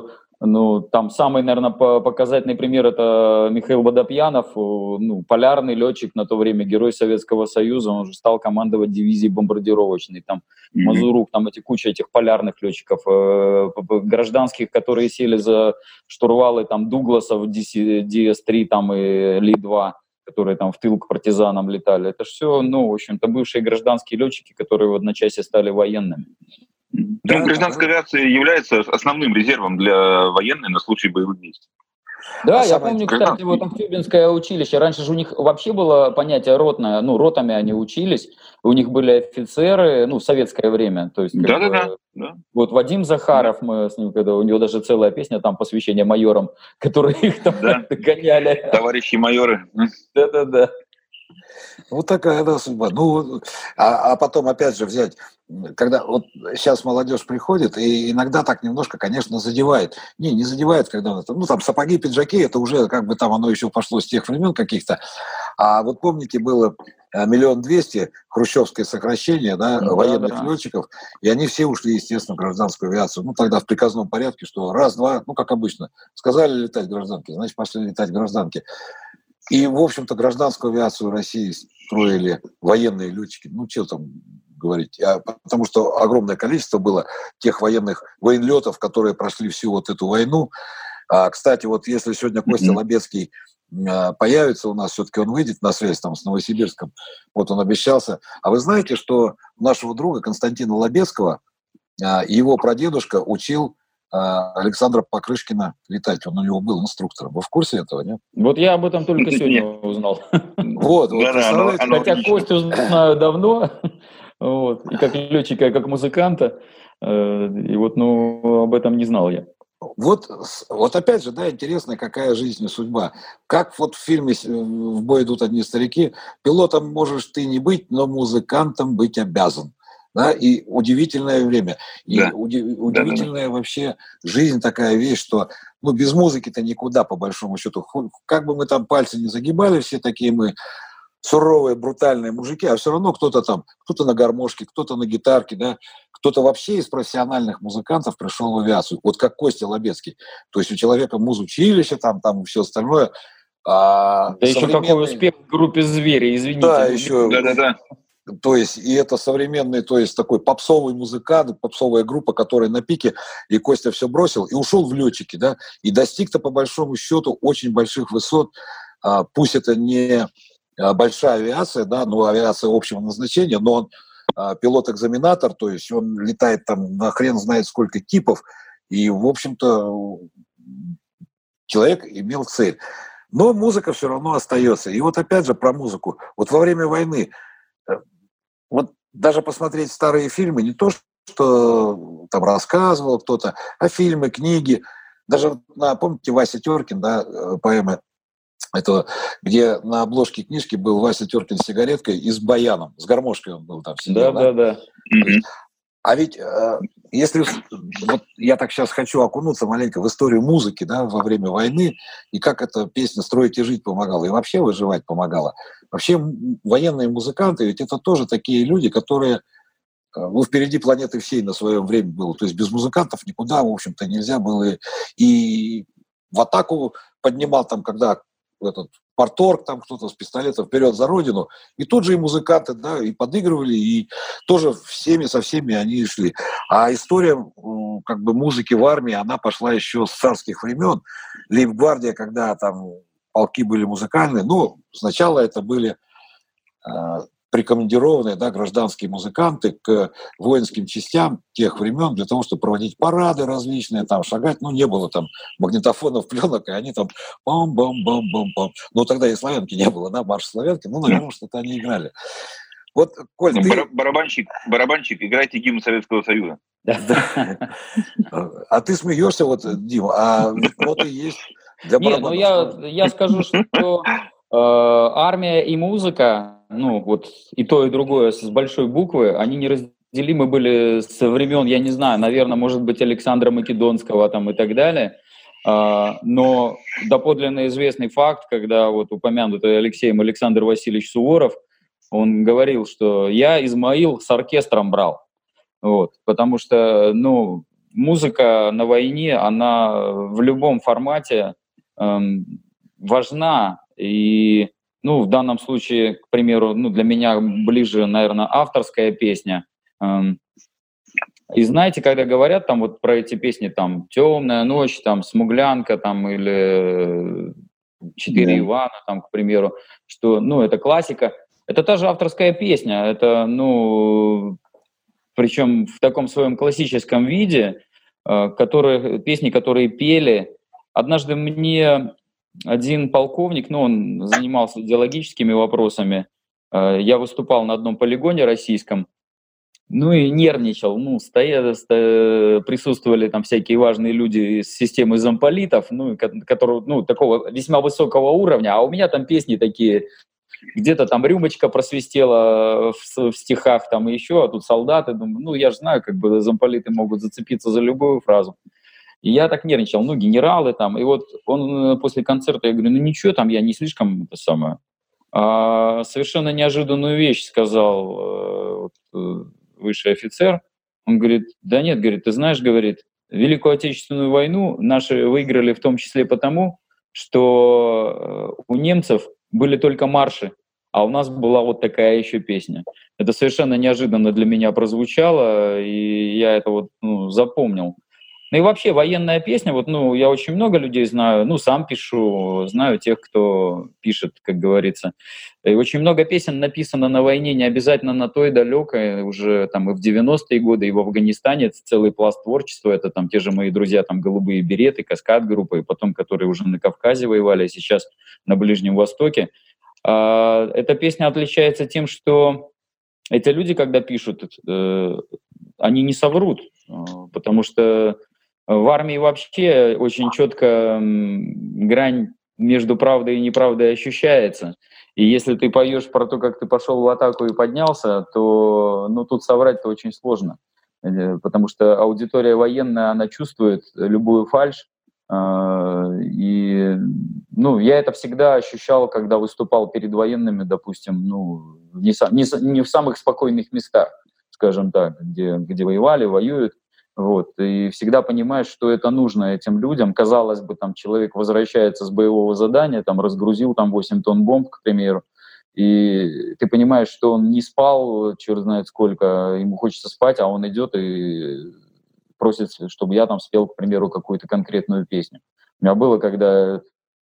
Ну, там самый, наверное, показательный пример — это Михаил Водопьянов, ну, полярный летчик на то время, герой Советского Союза, он же стал командовать дивизией бомбардировочной, там, Мазурук, там куча этих полярных летчиков, гражданских, которые сели за штурвалы, там, Дугласов, DS-3, там, и Ли-2, которые там в тыл к партизанам летали. Это все, ну, в общем-то, бывшие гражданские летчики, которые в одночасье стали военными. Да, гражданская авиация является основным резервом для военной на случай боевых действий. Да, я помню, кстати, вот Актюбинское училище. Раньше же у них вообще было понятие ротное, ну, ротами они учились, у них были офицеры, ну, в советское время. То есть, да. Вот Вадим Захаров, мы с ним, когда у него даже целая песня, там, посвящение майорам, которые их там гоняли. Товарищи майоры. Да. Вот такая, да, судьба. Ну, а потом, опять же, взять, когда вот сейчас молодежь приходит, и иногда так немножко, конечно, задевает. Не задевает, когда, ну, там, сапоги, пиджаки, это уже как бы там оно еще пошло с тех времен каких-то. А вот помните, было 1 200 000 хрущевское сокращение, да, военных летчиков, и они все ушли, естественно, в гражданскую авиацию. Ну, тогда в приказном порядке, что раз-два, ну, как обычно, сказали летать гражданки, значит, пошли летать гражданки. И, в общем-то, гражданскую авиацию России строили военные летчики. Ну, что там говорить. Потому что огромное количество было тех военлетов, которые прошли всю вот эту войну. Кстати, вот если сегодня Костя Лобецкий появится у нас, все-таки он выйдет на связь там с Новосибирском, вот он обещался. А вы знаете, что нашего друга Константина Лобецкого, его прадедушка учил Александра Покрышкина летать. Он у него был инструктором. Вы в курсе этого, нет? Вот я об этом только сегодня узнал. Вот, хотя Костю знаю давно, вот, и как летчика, и как музыканта, и вот, ну, об этом не знал я. Вот опять же, да, интересная какая жизнь и судьба. Как вот в фильме «В бой идут одни старики», пилотом можешь ты не быть, но музыкантом быть обязан. Да, и удивительное время, и удивительная вообще жизнь такая вещь, что ну, без музыки-то никуда, по большому счету. Как бы мы там пальцы не загибали, все такие мы суровые, брутальные мужики, а все равно кто-то на гармошке, кто-то на гитарке, да, кто-то вообще из профессиональных музыкантов пришел в авиацию, вот как Костя Лобецкий. То есть у человека музучилище, там все остальное. Да еще какой успех в группе «Звери», извините. Да, еще... Да. То есть, и это современный, то есть такой попсовый музыкант, попсовая группа, которая на пике, и Костя все бросил и ушел в летчики, да, и достиг-то по большому счету очень больших высот. Пусть это не большая авиация, да, но авиация общего назначения, но он пилот-экзаменатор, то есть он летает там на хрен знает сколько типов, и, в общем-то, человек имел цель. Но музыка все равно остается. И вот опять же про музыку. Вот во время войны вот даже посмотреть старые фильмы, не то, что там рассказывал кто-то, а фильмы, книги. Даже, помните, Вася Теркин, да, поэма этого, где на обложке книжки был Вася Теркин с сигареткой и с баяном, с гармошкой он был там сидел. Да. А ведь если вот я так сейчас хочу окунуться маленько в историю музыки, да, во время войны, и как эта песня «Строить и жить» помогала, и вообще выживать помогала. Вообще военные музыканты, ведь это тоже такие люди, которые, ну, впереди планеты всей на свое время было. То есть без музыкантов никуда, в общем-то, нельзя было. И в атаку поднимал там, когда этот парторг, там кто-то с пистолетом вперед за родину, и тут же и музыканты, да, и подыгрывали, и тоже со всеми они шли. А история как бы музыки в армии, она пошла еще с царских времен. Лейб-гвардия, когда там полки были музыкальные, ну, сначала это были прикомандированные, да, гражданские музыканты к воинским частям тех времен для того, чтобы проводить парады различные, там, шагать. Ну, не было там магнитофонов, пленок, и они там бам-бам-бам-бам-бам. Ну, тогда и славянки не было, да, марш славянки, ну, наверное, что-то они играли. Вот, Коль, ты... Барабанщик, играйте гимн Советского Союза. А ты смеешься, вот, Дима, а вот и есть для барабанов. Не, ну я скажу, что армия и музыка, ну, вот и то, и другое с большой буквы, они неразделимы были со времен, я не знаю, наверное, может быть, Александра Македонского там и так далее, но доподлинно известный факт, когда вот упомянутый Алексеем Александр Васильевич Суворов, он говорил, что я Измаил с оркестром брал, вот, потому что, ну, музыка на войне, она в любом формате важна. И, в данном случае, к примеру, для меня ближе, наверное, авторская песня. И знаете, когда говорят там вот про эти песни, там «Темная ночь», там «Смуглянка», там или «Четыре Ивана», там, к примеру, что, это классика. Это та же авторская песня. Это, причем в таком своем классическом виде, песни, которые пели. Однажды мне один полковник, он занимался идеологическими вопросами, я выступал на одном полигоне российском, и нервничал, присутствовали там всякие важные люди из системы замполитов, которые, такого весьма высокого уровня, а у меня там песни такие, где-то там рюмочка просвистела в стихах, там и еще, а тут солдаты, думаю, я же знаю, как бы замполиты могут зацепиться за любую фразу. И я так нервничал, генералы там, и вот он после концерта, я говорю, ничего там, я не слишком это самое. Совершенно неожиданную вещь сказал высший офицер. Он говорит, да нет, говорит, ты знаешь, говорит, Великую Отечественную войну наши выиграли в том числе потому, что у немцев были только марши, а у нас была вот такая еще песня. Это совершенно неожиданно для меня прозвучало, и я это запомнил. И вообще военная песня, я очень много людей знаю, сам пишу, знаю тех, кто пишет, как говорится. И очень много песен написано на войне, не обязательно на той далекой, уже там и в 90-е годы, и в Афганистане целый пласт творчества, это там те же мои друзья, там «Голубые береты», «Каскад» группа, и потом, которые уже на Кавказе воевали, а сейчас на Ближнем Востоке. Эта песня отличается тем, что эти люди, когда пишут, они не соврут, потому что в армии вообще очень четко грань между правдой и неправдой ощущается. И если ты поешь про то, как ты пошел в атаку и поднялся, то тут соврать-то очень сложно. Потому что аудитория военная, она чувствует любую фальшь. И я это всегда ощущал, когда выступал перед военными, допустим, не в самых спокойных местах, скажем так, где воевали, воюют. И всегда понимаешь, что это нужно этим людям. Казалось бы, там человек возвращается с боевого задания, там разгрузил 8 тонн бомб, к примеру, и ты понимаешь, что он не спал, черт знает сколько, ему хочется спать, а он идет и просит, чтобы я там спел, к примеру, какую-то конкретную песню. У меня было, когда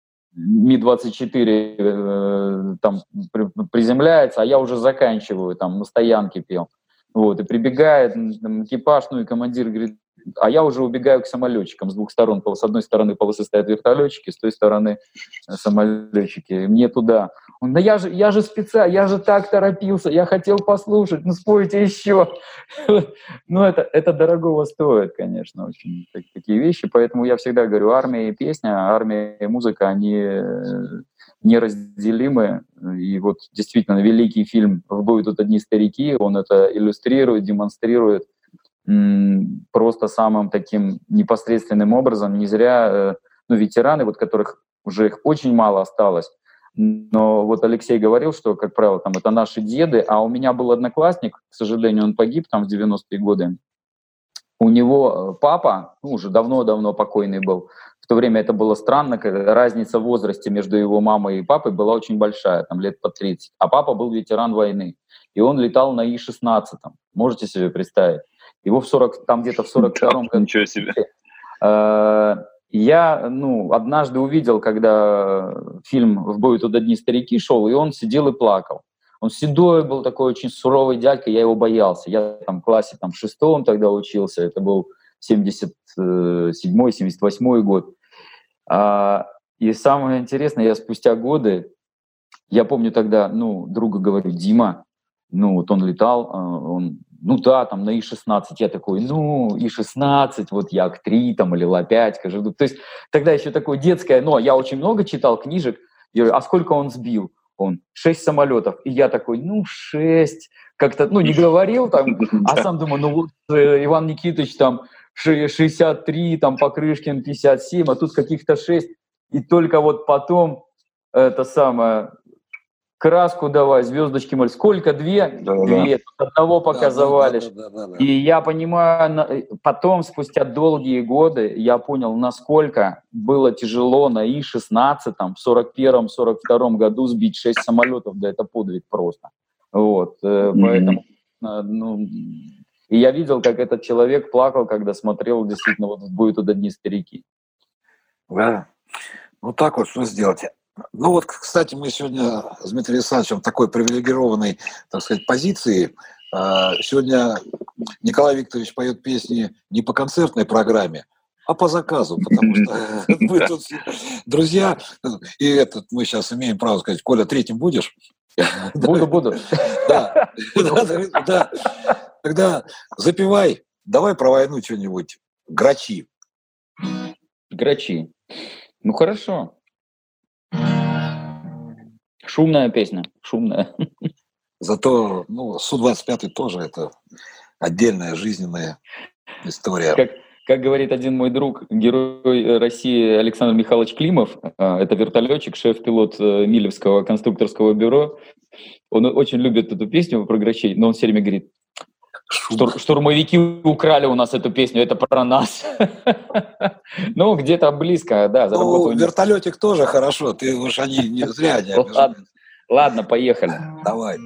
Ми-24 там приземляется, а я уже заканчиваю, там на стоянке пел. И прибегает экипаж, и командир говорит, а я уже убегаю к самолетчикам с двух сторон. С одной стороны полосы стоят вертолетчики, с той стороны самолетчики. Мне туда. Он, да я же специально, я же так торопился, я хотел послушать, спойте еще. Это дорогого стоит, конечно, очень такие вещи. Поэтому я всегда говорю, армия и песня, армия и музыка, они неразделимы. И действительно великий фильм «В бою идут одни старики», он это иллюстрирует, демонстрирует просто самым таким непосредственным образом. Не зря ветераны, которых уже их очень мало осталось, но Алексей говорил, что, как правило, там это наши деды, а у меня был одноклассник, к сожалению, он погиб там в 90-е годы. У него папа, уже давно-давно покойный был. В то время это было странно, когда разница в возрасте между его мамой и папой была очень большая, там лет по 30. А папа был ветеран войны, и он летал на И-16. Можете себе представить? Его где-то в 42-м году. Ничего себе. Я, однажды увидел, когда фильм «В бою идут одни старики» шел, и он сидел и плакал. Он седой был, такой очень суровый дядька, я его боялся. Я там в классе в 6-м тогда учился, это был 77-й, 78-й год. И самое интересное, я спустя годы, я помню тогда, другу говорю, Дима, он летал, он, там на И-16, я такой, И-16, Як-3 или Ла-5, скажу. То есть тогда еще такое детское, но я очень много читал книжек, я говорю, а сколько он сбил? Он 6 самолетов. И я такой, 6, как-то, не говорил там, а сам думаю, Иван Никитович там 63, там Покрышкин 57, а тут каких-то 6. И только потом это самое, краску давай, звездочки, моль. Сколько? Две? Две. Одного пока завалишь. И я понимаю, потом, спустя долгие годы, я понял, насколько было тяжело на И-16 в 41-42 году сбить 6 самолетов. Да это подвиг просто. Вот. Поэтому, и я видел, как этот человек плакал, когда смотрел, действительно, вот «Будут одни старики». Да. Вот так вот, что сделать? Ну вот, кстати, мы сегодня с Дмитрием Александровичем в такой привилегированной, так сказать, позиции. Сегодня Николай Викторович поет песни не по концертной программе, а по заказу, потому что мы тут друзья, и мы сейчас имеем право сказать: Коля, третьим будешь? Буду. Да. Тогда запевай, давай про войну что-нибудь. Грачи. Грачи. Ну хорошо. Шумная песня, шумная. Зато Су-25 тоже это отдельная жизненная история. Как говорит один мой друг, герой России Александр Михайлович Климов, это вертолетчик, шеф-пилот Милевского конструкторского бюро, он очень любит эту песню про грачей, но он все время говорит: штурмовики украли у нас эту песню, это про нас. Ну, где-то близко, да. Вертолетик тоже хорошо, ты уж они не зря не обижаются. Ладно, поехали. Давай.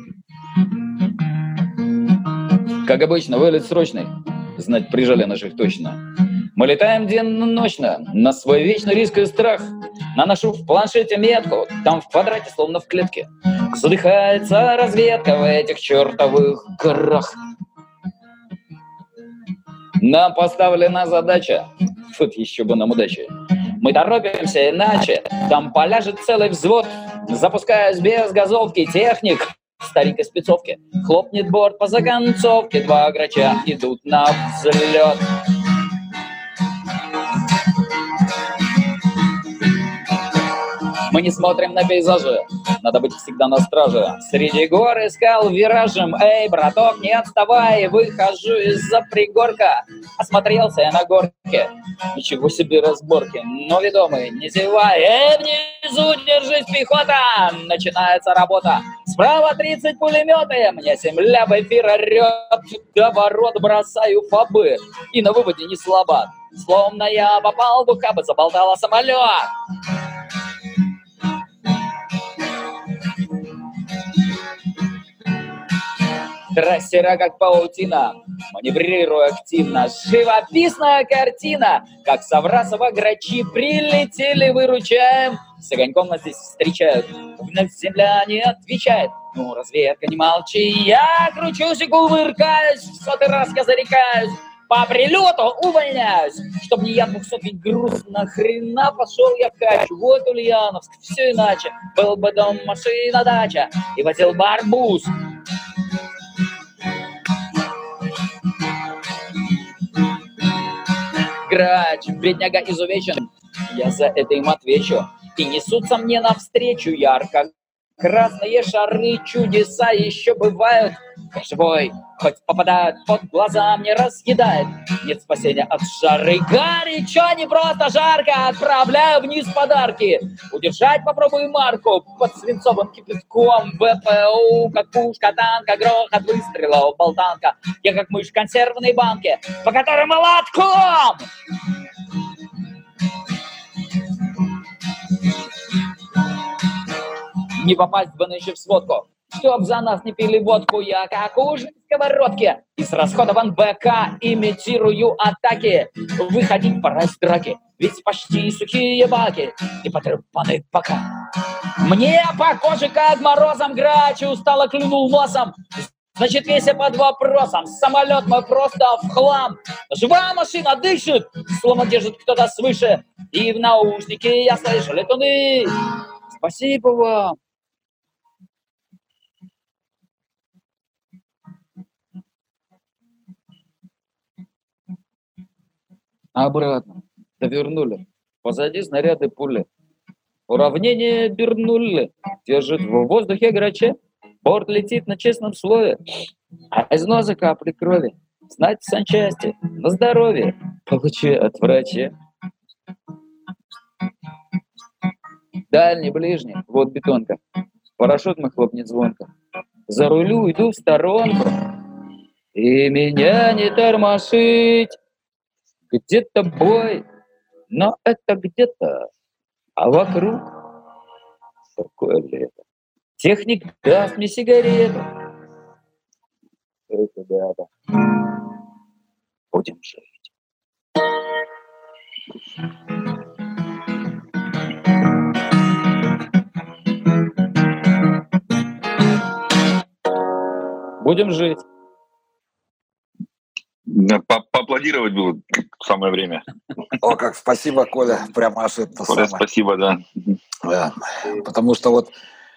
Как обычно, вылет срочный, знать прижали наших точно. Мы летаем денно-ночно, на свой вечный риск и страх. Наношу в планшете метку, там в квадрате, словно в клетке. Задыхается разведка в этих чертовых горах. Нам поставлена задача, вот еще бы нам удачи. Мы торопимся иначе, там поляжет целый взвод. Запускаюсь без газовки, техник в старенькой спецовке. Хлопнет борт по законцовке, 2 грача идут на взлет. Мы не смотрим на пейзажи, надо быть всегда на страже. Среди гор и скал виражем, эй, браток, не отставай, выхожу из-за пригорка. Осмотрелся я на горке, ничего себе разборки, но ведомый, не зевай, эй, внизу держись, пехота, начинается работа. Справа 30 пулеметы, мне земля в эфир орет, до ворот бросаю фабы, и на выводе не слабо, словно я попал в ухабы, заболтала самолет. Трассера как паутина, маневрирую активно. Живописная картина, как Саврасова грачи прилетели, выручаем. С огоньком нас здесь встречают, вновь земля не отвечает. Ну, разведка, не молчи, я кручусь и кувыркаюсь, в 100-й раз я зарекаюсь. По прилету увольняюсь, чтоб не я 200-й груз, нахрена пошел я качу. Вот Ульяновск, все иначе, был бы дом, машина, дача, и возил бы арбуз. Грач, бедняга изувечен, я за это им отвечу. И несутся мне навстречу ярко-красные шары, чудеса еще бывают. Я живой, хоть попадают под глаза, мне разъедает. Нет спасения от жары, горячо, не просто жарко. Отправляю вниз подарки, удержать попробую марку. Под свинцовым кипятком ВПУ, как пушка, танка, грохот выстрелов, болтанка. Я как мышь в консервной банке, по которой молотком. Не попасть бы нынче в сводку, чтоб за нас не пили водку. Я как ужин в сковородке, из расходован БК имитирую атаки. Выходить пора из драки, ведь почти сухие баки и потрепаны пока. Мне по коже как морозом, грач устало клюнул носом. Значит, весь я под вопросом, самолет мой просто в хлам. Живая машина дышит, словно держит кто-то свыше. И в наушнике я слышу летуны. Спасибо вам. Обратно. Довернули. Позади снаряды пули. Уравнение Бернулли. Держит в воздухе грача. Борт летит на честном слое. А из носа капли крови. Знать санчасти. На здоровье. Получи от врача. Дальний, ближний. Вот бетонка. парашют мой хлопнет звонко. За рулю иду в сторонку, и меня не тормошить. Где-то бой, но это где-то, а вокруг такое лето. Техник даст мне сигарету. Ребята, будем жить. Будем жить. Поаплодировать было самое время. О, как спасибо, Коля. Прямо аж это Коля, самое. спасибо, да. Да. Потому что вот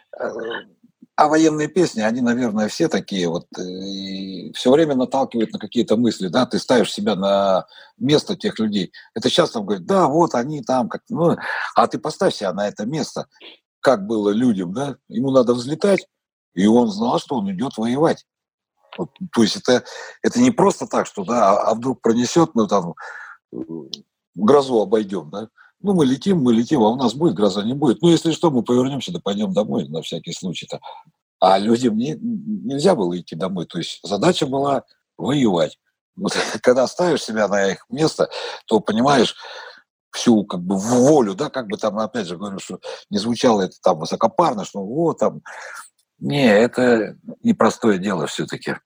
военные песни, они, наверное, все такие вот, и все время наталкивают на какие-то мысли, да, ты ставишь себя на место тех людей. Это сейчас там говорят, да, вот они там, как, ну, а ты поставь себя на это место, как было людям, да, ему надо взлетать, и он знал, что он идет воевать. Вот, то есть это не просто так, что, да, а вдруг пронесет, мы там грозу обойдем, да. Ну, мы летим, а у нас будет гроза, не будет. Ну, если что, мы повернемся, да пойдем домой, на всякий случай-то. А людям нельзя было идти домой. То есть задача была воевать. Вот, когда ставишь себя на их место, то понимаешь всю как бы волю, да, как бы там, опять же, говорю, что не звучало это там высокопарно, что вот там. Не, это непростое дело все-таки.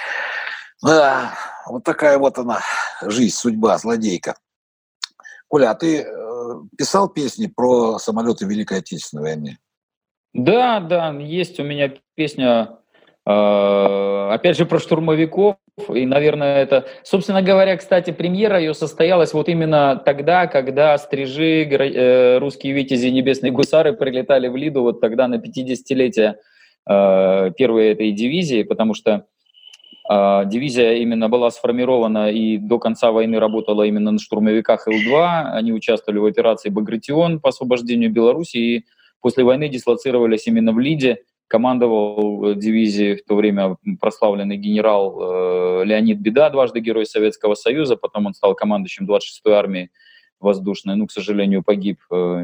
Да, вот такая вот она, жизнь, судьба, злодейка. Коля, а ты писал песни про самолеты Великой Отечественной войны? Да, есть у меня песня, опять же, про штурмовиков. И, наверное, это, собственно говоря, кстати, премьера ее состоялась вот именно тогда, когда стрижи, русские витязи, небесные гусары прилетали в Лиду, вот тогда на 50-летие первой этой дивизии, потому что дивизия именно была сформирована и до конца войны работала именно на штурмовиках Ил-2. Они участвовали в операции «Багратион» по освобождению Беларуси и после войны дислоцировались именно в Лиде. Командовал дивизией в то время прославленный генерал Леонид Беда, дважды Герой Советского Союза. Потом он стал командующим 26-й армии воздушной. Ну, к сожалению, погиб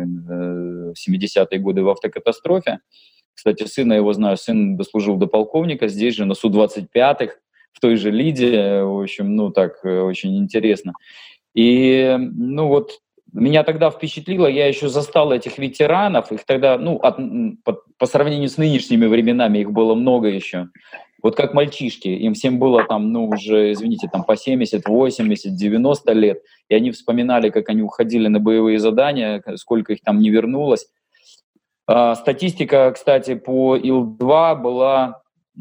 в 70-е годы в автокатастрофе. Кстати, сына его знаю, сын дослужил до полковника здесь же, на Су-25-х, в той же Лиде, в общем, ну так, очень интересно. И, ну вот, меня тогда впечатлило, я еще застал этих ветеранов, их тогда, ну, по сравнению с нынешними временами, их было много еще. Вот как мальчишки, им всем было там, ну, уже, извините, там по 70, 80, 90 лет, и они вспоминали, как они уходили на боевые задания, сколько их там не вернулось. Статистика, кстати, по Ил-2 была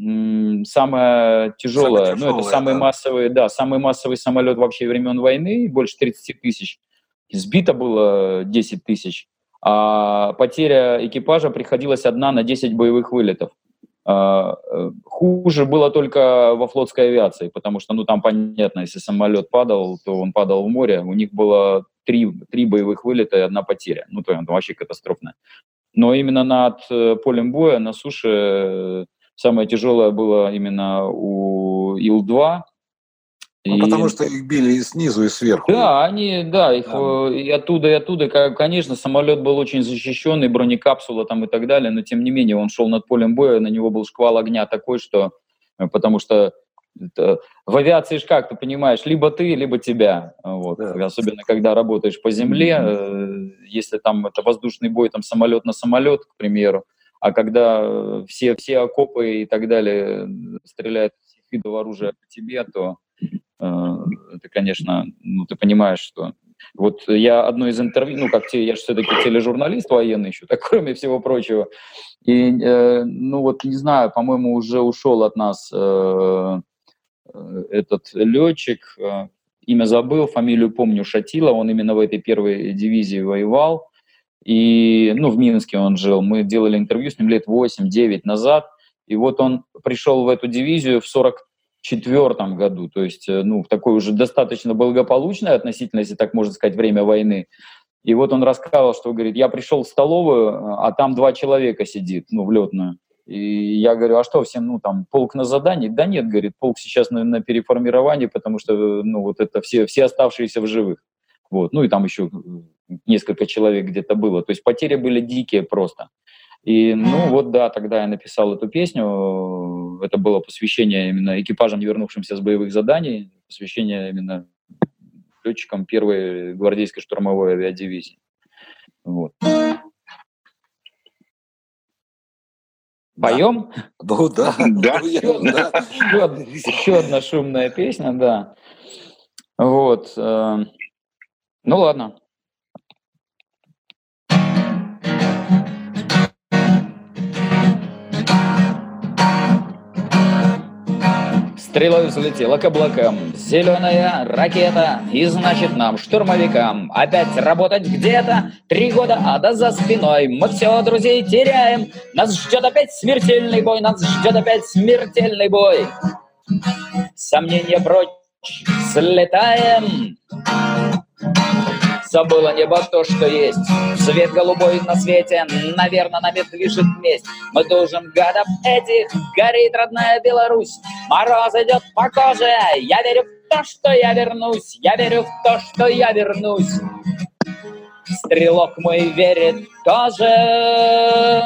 самая тяжелая. Ну, это самый массовый, да, самый массовый самолет вообще времен войны, больше 30 тысяч. Сбито было 10 тысяч. А потеря экипажа приходилась 1 на 10 боевых вылетов. Хуже было только во флотской авиации, потому что, ну, там понятно, если самолет падал, то он падал в море. У них было 3 боевых вылета и 1 потеря. Ну, то это вообще катастрофно. Но именно над полем боя, на суше, самое тяжелое было именно у Ил-2. Ну, потому что их били и снизу, и сверху. Да, их и оттуда, конечно, самолет был очень защищенный, бронекапсула там и так далее, но тем не менее он шел над полем боя, на него был шквал огня такой, что, потому что в авиации ж как, ты понимаешь, либо ты, либо тебя, вот. Да. Особенно когда работаешь по земле, если там это воздушный бой, там самолет на самолет, к примеру, а когда все окопы и так далее стреляют из всех видов оружия по тебе, то это, конечно, ну, ты понимаешь, что... Вот я одно из интервью, ну, я же все-таки тележурналист военный еще, так, кроме всего прочего, и, ну, вот, не знаю, по-моему, уже ушел от нас этот летчик, имя забыл, фамилию помню, Шатилов, он именно в этой первой дивизии воевал, и, ну, в Минске он жил, мы делали интервью с ним лет 8-9 назад, и вот он пришел в эту дивизию в 1944 году, то есть, ну, в такое уже достаточно благополучное относительно, если так можно сказать, время войны. И вот он рассказал, что, говорит, я пришел в столовую, а там 2 человека сидит, ну, в летную. И я говорю, а что, всем, ну, там, полк на задании? Да нет, говорит, полк сейчас на переформировании, потому что, ну, вот это все оставшиеся в живых. Вот, ну, и там еще несколько человек где-то было. То есть потери были дикие просто. И, ну вот, да, тогда я написал эту песню. Это было посвящение именно экипажам, не вернувшимся с боевых заданий, посвящение именно летчикам первой гвардейской штурмовой авиадивизии. Вот. Поем? Ну да. Еще одна шумная песня, да. Вот. Ну ладно. Стрелой взлетела к облакам зеленая ракета, и значит нам, штурмовикам, опять работать где-то. 3 года ада за спиной, мы все друзей теряем. Нас ждет опять смертельный бой, нас ждет опять смертельный бой. Сомнения прочь, слетаем. Забыло небо то, что есть. Свет голубой на свете, наверное, нами движет месть. Мы душим гадов этих, горит родная Беларусь. Мороз идет по коже, я верю в то, что я вернусь. Я верю в то, что я вернусь. Стрелок мой верит тоже.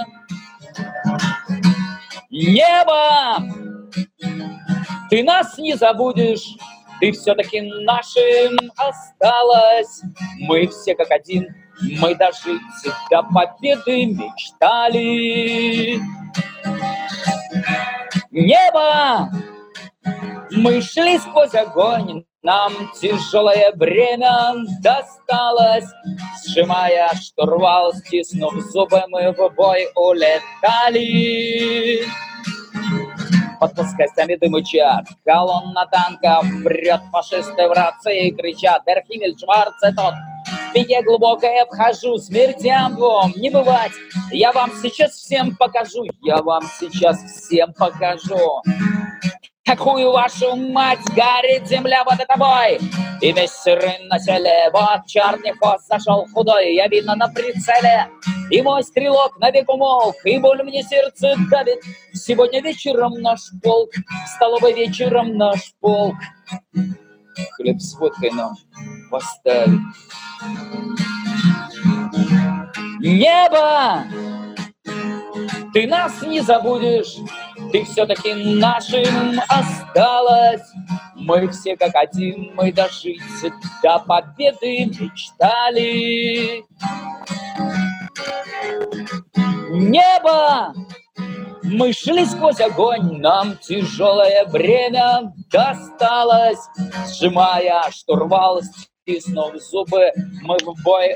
Небо, ты нас не забудешь. Ты все-таки нашим осталась. Мы все как один, мы дожить до победы мечтали. Небо, мы шли сквозь огонь, нам тяжелое бремя досталось. Сжимая штурвал, стиснув зубы, мы в бой улетали. Под плоскостями дым и чад, колонна танков прет, фашисты в рации кричат: «Дер Химмель, Шварце тот!» В беге глубокое вхожу, смертям двум не бывать. Я вам сейчас всем покажу, я вам сейчас всем покажу. Какую вашу мать, горит земля, вот это бой! И весь сырый на селе, вот черный хвост зашел худой, я видно на прицеле. И мой стрелок на век умолк, и боль мне сердце давит. Сегодня вечером наш полк, столовый вечером наш полк. Хлеб с водкой нам поставит. Небо, ты нас не забудешь, ты все-таки нашим осталась. Мы все как один, мы дожить до победы мечтали. Небо, мы шли сквозь огонь, нам тяжелое бремя досталось. Сжимая штурвал, стиснув зубы, мы в бой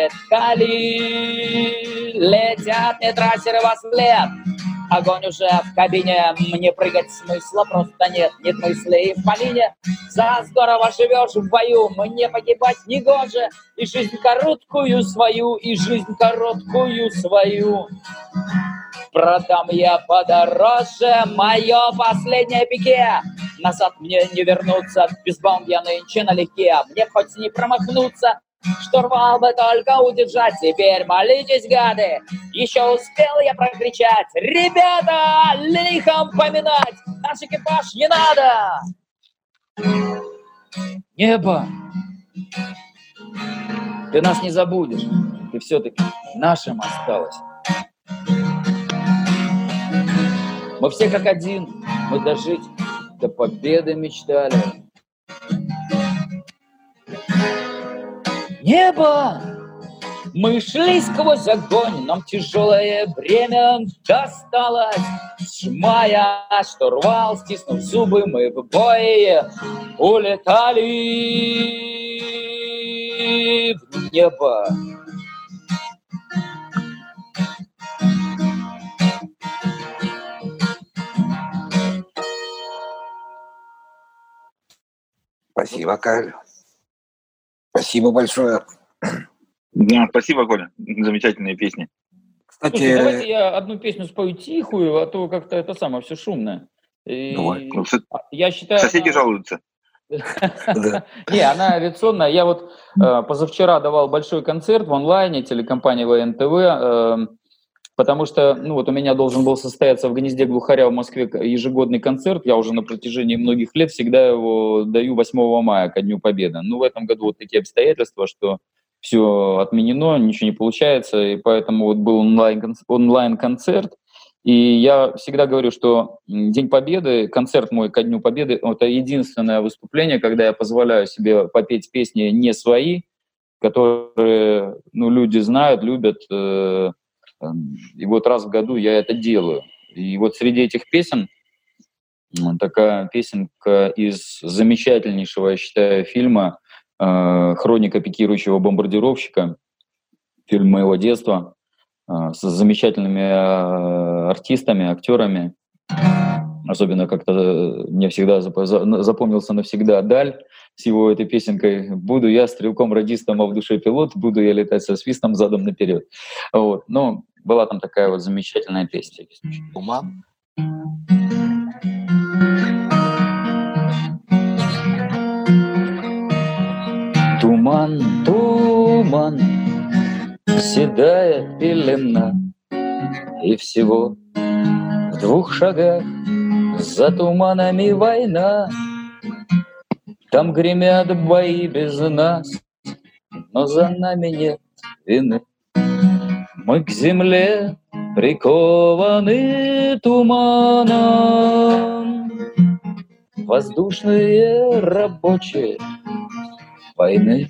улетали. Летят не трассеры во след, огонь уже в кабине. Мне прыгать смысла просто нет, нет мыслей в малине. За здорово живешь в бою, мне погибать не гоже. И жизнь короткую свою, и жизнь короткую свою продам я подороже. Мое последнее пике, назад мне не вернуться. Без бомб я нынче налегке, мне хоть не промахнуться. Штурвал бы только удержать, теперь молитесь, гады. Еще успел я прокричать: ребята, лихом поминать, наш экипаж не надо. Небо, ты нас не забудешь, ты все-таки нашим осталась. Мы все как один, мы дожить до победы мечтали. Небо, мы шли сквозь огонь, нам тяжелое бремя досталось. Сжимая штурвал, стиснув зубы, мы в бой улетали в небо. Спасибо, Каль. Спасибо большое. Да, спасибо, Коля. Замечательные песни. Кстати, слушайте, давайте я одну песню спою тихую, а то как-то это самое все шумное. Я считаю, соседи жалуются. Не, она авиационная. Я вот позавчера давал большой концерт в онлайне телекомпании ВНТВ, потому что, ну вот у меня должен был состояться в «Гнезде глухаря» в Москве ежегодный концерт. Я уже на протяжении многих лет всегда его даю 8 мая, ко Дню Победы. Ну, в этом году вот такие обстоятельства, что все отменено, ничего не получается, и поэтому вот был онлайн-концерт. И я всегда говорю, что День Победы, концерт мой ко Дню Победы, это единственное выступление, когда я позволяю себе попеть песни не свои, которые люди знают, любят. И вот раз в году я это делаю. И вот среди этих песен такая песенка из замечательнейшего, я считаю, фильма «Хроника пикирующего бомбардировщика», фильм моего детства, с замечательными артистами, актерами. Особенно как-то мне всегда запомнился навсегда Даль с его этой песенкой «Буду я стрелком-радистом, а в душе пилот, буду я летать со свистом задом наперед». Вот. Ну, была там такая вот замечательная песня. «Туман». Туман, туман, седая пелена, и всего в 2 шагах за туманами война. Там гремят бои без нас, но за нами нет вины. Мы к земле прикованы туманом, воздушные рабочие войны.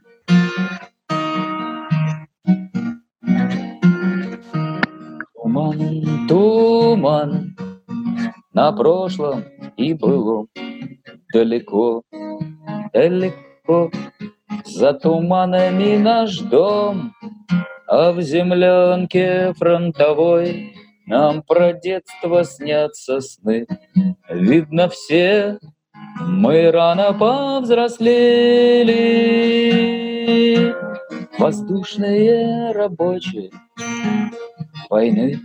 Туман, туман, на прошлом и былом, далеко, далеко, за туманами наш дом, а в землянке фронтовой нам про детство снятся сны. Видно, все мы рано повзрослели, воздушные рабочие войны.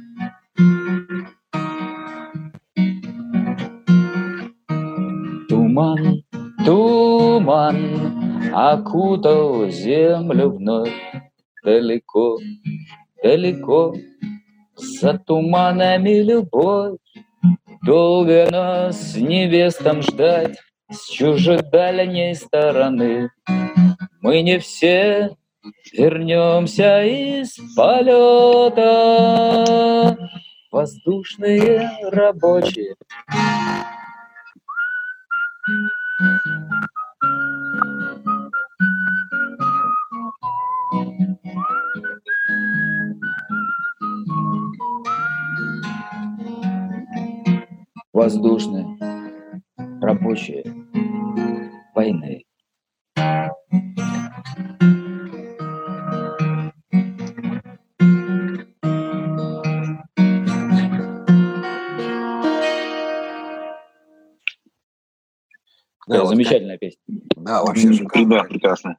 Туман, туман окутал землю вновь, далеко, далеко, за туманами любовь. Долго нас невестам ждать с чужедальней стороны. Мы не все вернемся из полета, воздушные рабочие. Воздушные рабочие войны. Да, замечательная песня. Да, вообще шикарно. Да, прекрасно.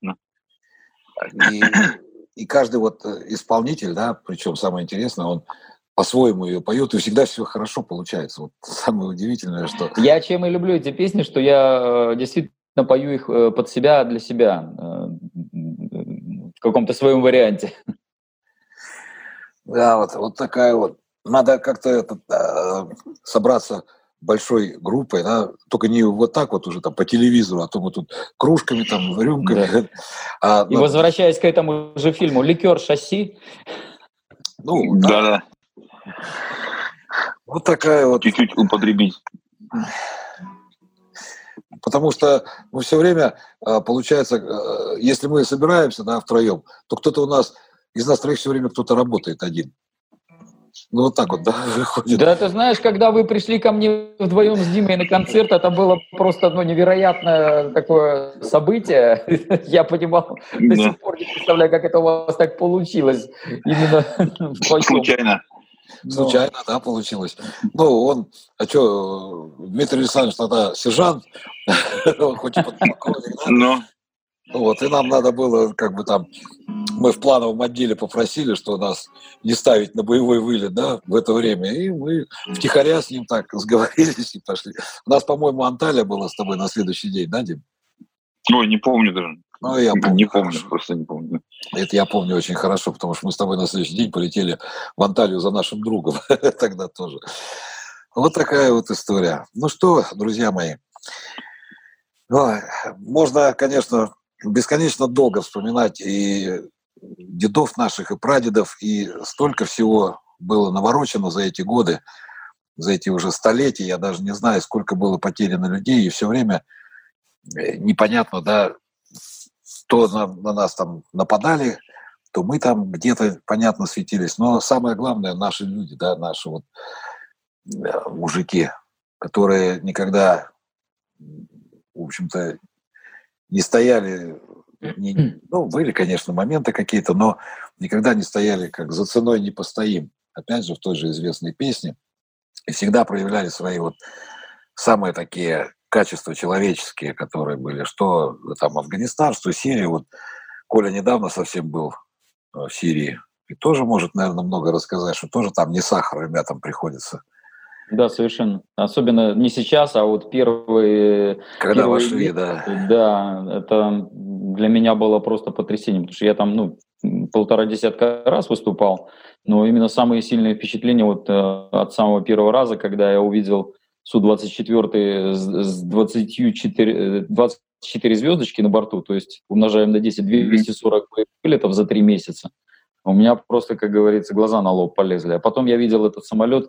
И каждый вот исполнитель, да, причем самое интересное, он по-своему ее поет, и всегда все хорошо получается. Вот самое удивительное, что... Я чем и люблю эти песни, что я действительно пою их под себя, для себя, в каком-то своем варианте. Да, вот такая вот. Надо как-то собраться большой группой, да, только не вот так вот уже там по телевизору, а то мы тут кружками, там, рюмками. Да. И возвращаясь к этому же фильму «Ликер шасси». Ну, да. Вот такая вот. Чуть-чуть употребить. Потому что мы все время, получается, если мы собираемся, да, втроем, то кто-то из нас троих все время кто-то работает один. Ну, вот так вот, да, выходит. Да, ты знаешь, когда вы пришли ко мне вдвоем с Димой на концерт, это было просто одно невероятное такое событие. Я понимал, до сих пор не представляю, как это у вас так получилось. Именно случайно. Случайно, да, получилось. Ну, Дмитрий Александрович тогда сержант, хоть и подполковник, да? Вот, и нам надо было, как бы там, мы в плановом отделе попросили, что нас не ставить на боевой вылет, да, в это время, и мы втихаря с ним так сговорились и пошли. У нас, по-моему, Анталия была с тобой на следующий день, да, Дим? Ой, не помню даже. Ну, я помню. Не помню, просто не помню. Это я помню очень хорошо, потому что мы с тобой на следующий день полетели в Анталию за нашим другом тогда тоже. Вот такая вот история. Ну что, друзья мои, можно, конечно, бесконечно долго вспоминать и дедов наших, и прадедов, и столько всего было наворочено за эти годы, за эти уже столетия, я даже не знаю, сколько было потеряно людей, и все время непонятно, да, то на нас там нападали, то мы там где-то, понятно, светились. Но самое главное, наши люди, да, наши вот мужики, которые никогда, в общем-то, не стояли, ну, были, конечно, моменты какие-то, но никогда не стояли, как «за ценой не постоим». Опять же, в той же известной песне. И всегда проявляли свои вот самые такие качества человеческие, которые были, что там Афганистан, что Сирия. Вот Коля недавно совсем был в Сирии. И тоже может, наверное, много рассказать, что тоже там не сахар ребятам приходится. Да, совершенно. Особенно не сейчас, а вот первые... Когда вошли, да. Да, это для меня было просто потрясением, потому что я там, 1,5 десятка раз выступал, но именно самые сильные впечатления вот от самого первого раза, когда я увидел Су-24 с 24 звездочки на борту, то есть умножаем на 10, 240 вылетов за 3 месяца. У меня просто, как говорится, глаза на лоб полезли. А потом я видел этот самолет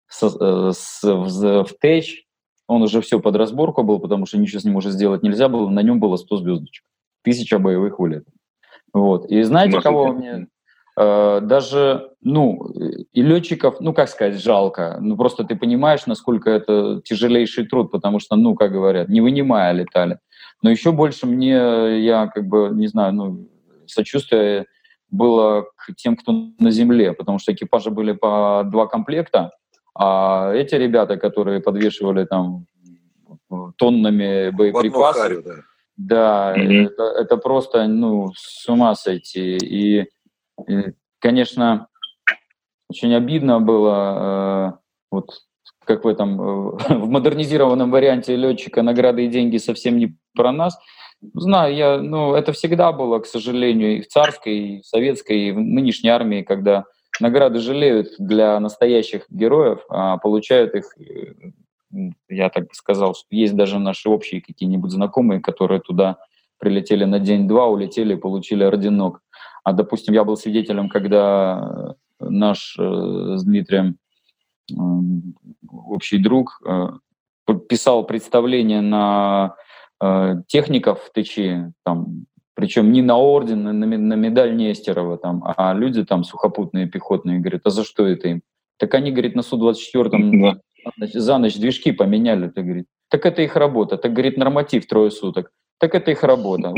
в ТЭЧ, он уже все под разборку был, потому что ничего с ним уже сделать нельзя было, на нем было 100 звездочек, 1000 боевых вылетов. Вот. И знаете, кого мне... Даже, и летчиков, как сказать, жалко. Просто ты понимаешь, насколько это тяжелейший труд, потому что, как говорят, не вынимая летали. Но еще больше я сочувствие было к тем, кто на земле, потому что экипажи были по 2 комплекта, а эти ребята, которые подвешивали там тоннами боеприпасов, это просто, с ума сойти. И, конечно, очень обидно было, вот как в в модернизированном варианте летчика «Награды и деньги» совсем не про нас. Знаю, это всегда было, к сожалению, и в царской, и в советской, и в нынешней армии, когда награды жалеют для настоящих героев, а получают их, я так бы сказал, что есть даже наши общие какие-нибудь знакомые, которые туда прилетели на день-два, улетели и получили орденок. А, допустим, я был свидетелем, когда наш с Дмитрием общий друг подписал представление на техников в ТЧ, причем не на орден, на медаль Нестерова, а люди сухопутные, пехотные, говорят, а за что это им? Так они, говорит, на Су-24 за ночь движки поменяли, ты, говорит. Так это их работа, так, говорит, норматив 3 суток. Так это их работа.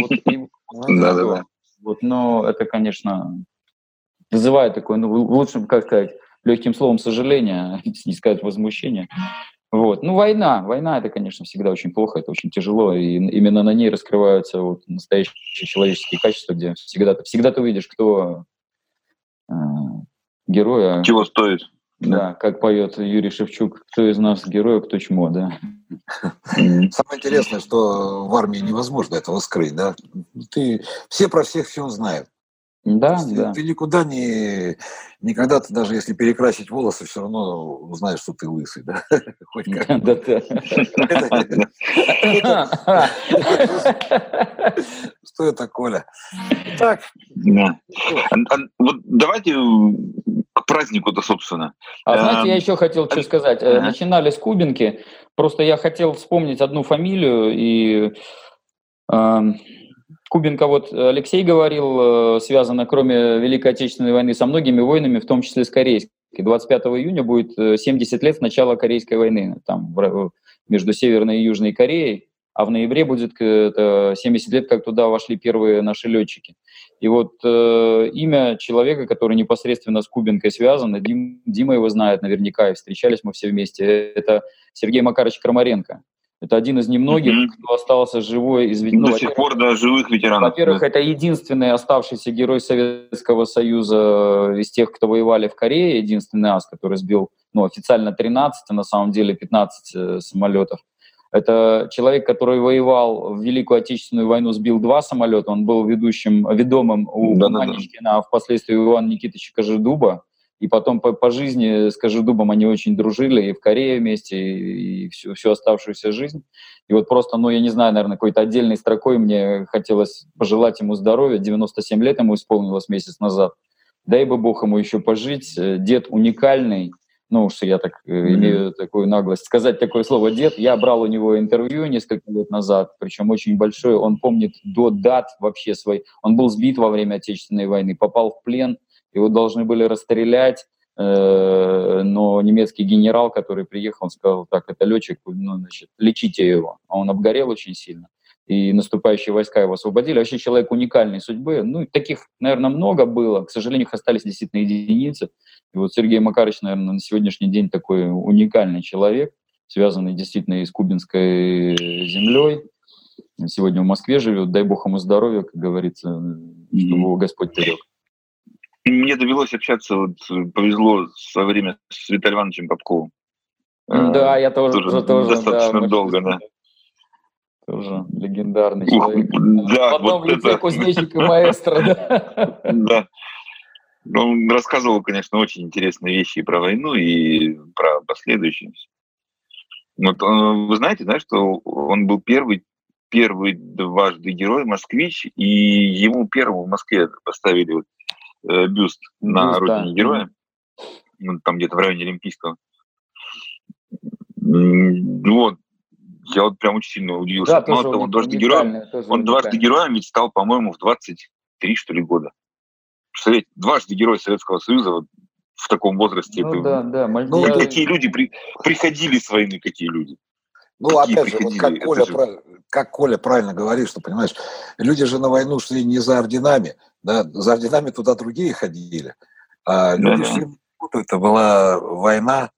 Но это, конечно, вызывает такое, лучшим, как сказать, легким словом сожаление, не сказать возмущение. Война это, конечно, всегда очень плохо, это очень тяжело, и именно на ней раскрываются настоящие человеческие качества, где всегда ты увидишь, кто герой. Чего стоит. Да, как поет Юрий Шевчук, кто из нас герой, кто чмо, да. Самое интересное, что в армии невозможно этого скрыть, да. Все про всех все знают. Да. Ты никуда никогда ты даже если перекрасить волосы, все равно узнаешь, что ты лысый, да? Хоть как. Что это, Коля? Так. Вот давайте к празднику-то, собственно. Знаете, я еще хотел что сказать. Начинали с Кубинки. Просто я хотел вспомнить одну фамилию, и Кубинка, Алексей говорил, связано, кроме Великой Отечественной войны, со многими войнами, в том числе с Корейской. 25 июня будет 70 лет с начала Корейской войны, между Северной и Южной Кореей, а в ноябре будет 70 лет, как туда вошли первые наши летчики. И имя человека, который непосредственно с Кубинкой связан, Дима его знает наверняка, и встречались мы все вместе, это Сергей Макарович Крамаренко. Это один из немногих, кто остался живой из до сих пор, да, живых ветеранов. Во-первых, это единственный оставшийся герой Советского Союза из тех, кто воевали в Корее, единственный ас, который сбил, официально 13, а на самом деле 15 самолетов. Это человек, который воевал в Великую Отечественную войну, сбил 2 самолета, он был ведомым у Маничкина, а впоследствии у Ивана Никитовича Кожедуба. И потом по жизни с Кожедубом они очень дружили и в Корее вместе, и всю оставшуюся жизнь. И вот просто, ну, я не знаю, наверное, какой-то отдельной строкой мне хотелось пожелать ему здоровья. 97 лет ему исполнилось месяц назад. Дай бы Бог ему еще пожить. Дед уникальный. Ну уж я так имею такую наглость сказать такое слово «дед». Я брал у него интервью несколько лет назад, причем очень большое. Он помнит до дат вообще свой. Он был сбит во время Отечественной войны, попал в плен. Его должны были расстрелять, но немецкий генерал, который приехал, сказал: так, это летчик, ну, значит, лечите его. А он обгорел очень сильно. И наступающие войска его освободили. Вообще человек уникальной судьбы. Ну, таких, наверное, много было. К сожалению, их остались действительно единицы. И вот Сергей Макарович, наверное, на сегодняшний день такой уникальный человек, связанный действительно и с кубинской землей. Сегодня в Москве живет. Дай Бог ему здоровья, как говорится, чтобы его Господь берег. Мне довелось общаться, вот, повезло со время с Виталием Ивановичем Попковым. Да, я тоже достаточно долго, да. Тоже легендарный человек. Да, потом вот лице кузнечик и маэстро, да. Да. Он рассказывал, конечно, очень интересные вещи и про войну, и про последующие. Вот, вы знаете, да, что он был первый дважды герой «Москвич», и ему первому в Москве поставили вот бюст на родине героя, ну, там где-то в районе Олимпийского. Вот. Я вот прям очень сильно удивился. Да, тоже он дважды героем ведь стал, по-моему, в 23, что ли, года. Представляете, дважды герой Советского Союза вот в таком возрасте. Ну, это... да. Ну, какие люди приходили с войны, какие люди. Ну, опять же, вот как Коля правильно говорит, что, понимаешь, люди же на войну шли не за орденами, да, за орденами туда другие ходили, а люди шли, это была война,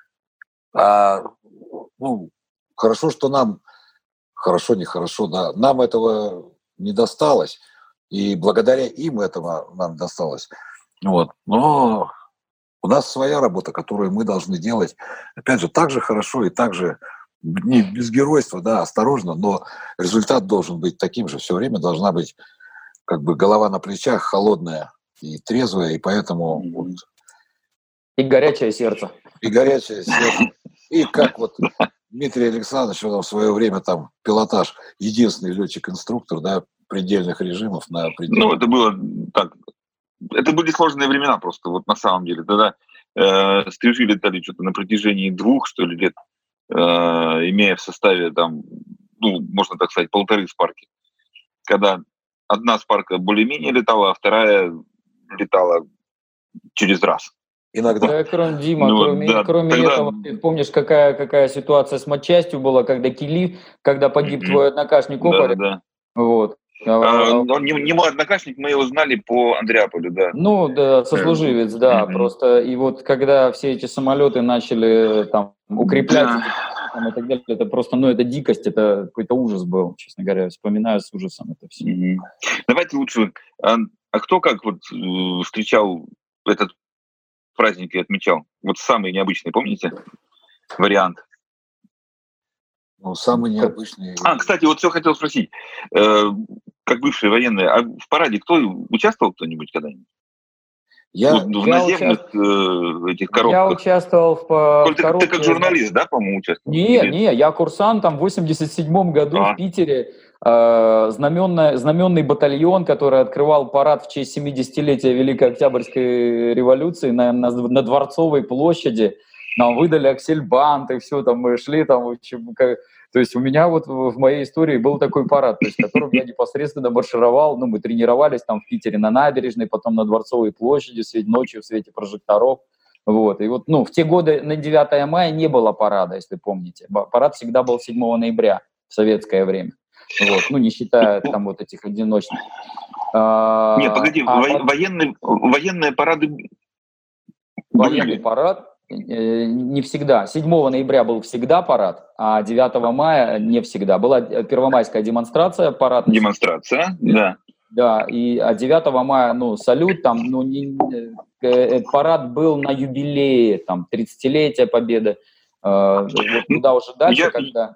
ну, хорошо, что нам, нехорошо, да, нам этого не досталось, и благодаря им этого нам досталось, вот, но у нас своя работа, которую мы должны делать, опять же, так же хорошо и так же не без геройства, да, осторожно, но результат должен быть таким же. Все время должна быть как бы голова на плечах, холодная и трезвая, и поэтому... Вот, и горячее сердце. И горячее сердце. И как вот Дмитрий Александрович в свое время там пилотаж, единственный летчик-инструктор, да, предельных режимов на предельных... Ну, это было так... Это были сложные времена просто, вот на самом деле. Тогда стрижи летали что-то на протяжении 2, что ли, лет, имея в составе там, ну, можно так сказать, 1,5 спарки. Когда одна спарка более-менее летала, а вторая летала через раз. Иногда. Да, кроме этого, ты помнишь, какая ситуация с матчастью была, когда когда погиб твой однокашник Опарь? Да. Вот. Он не мой однокашник, мы его знали по Андреаполю, да. Ну, да, сослуживец, да. Просто и вот когда все эти самолеты начали там укреплять и так далее, это просто, ну, это дикость, это какой-то ужас был, честно говоря. Вспоминаю с ужасом это все. Давайте лучше, а кто как вот встречал этот праздник и отмечал? Вот самый необычный, помните, вариант? Ну, самый необычный... Кстати, вот все хотел спросить. Как бывшие военные, а в параде участвовал кто-нибудь когда-нибудь? В наземных этих коробках? Я участвовал в коробке. Ты как журналист, да, по-моему, участвовал? Не, я курсант, там в 87 году в Питере знаменный батальон, который открывал парад в честь 70-летия Великой Октябрьской революции на Дворцовой площади. Нам выдали аксельбант, и все, там мы шли, там, в общем, то есть у меня вот в моей истории был такой парад, то есть, в котором я непосредственно маршировал, ну, мы тренировались там в Питере на набережной, потом на Дворцовой площади, ночью в свете прожекторов, вот, и вот, ну, в те годы на 9 мая не было парада, если помните, парад всегда был 7 ноября в советское время, вот, ну, не считая там вот этих одиночных. Нет, погоди, военные парады... Военный парад? Не всегда. 7 ноября был всегда парад, а 9 мая не всегда. Была первомайская демонстрация, парад. Демонстрация, да. Да, а 9 мая, ну, салют, там, ну, парад был на юбилее, там, 30-летие Победы. Вот туда уже дальше, когда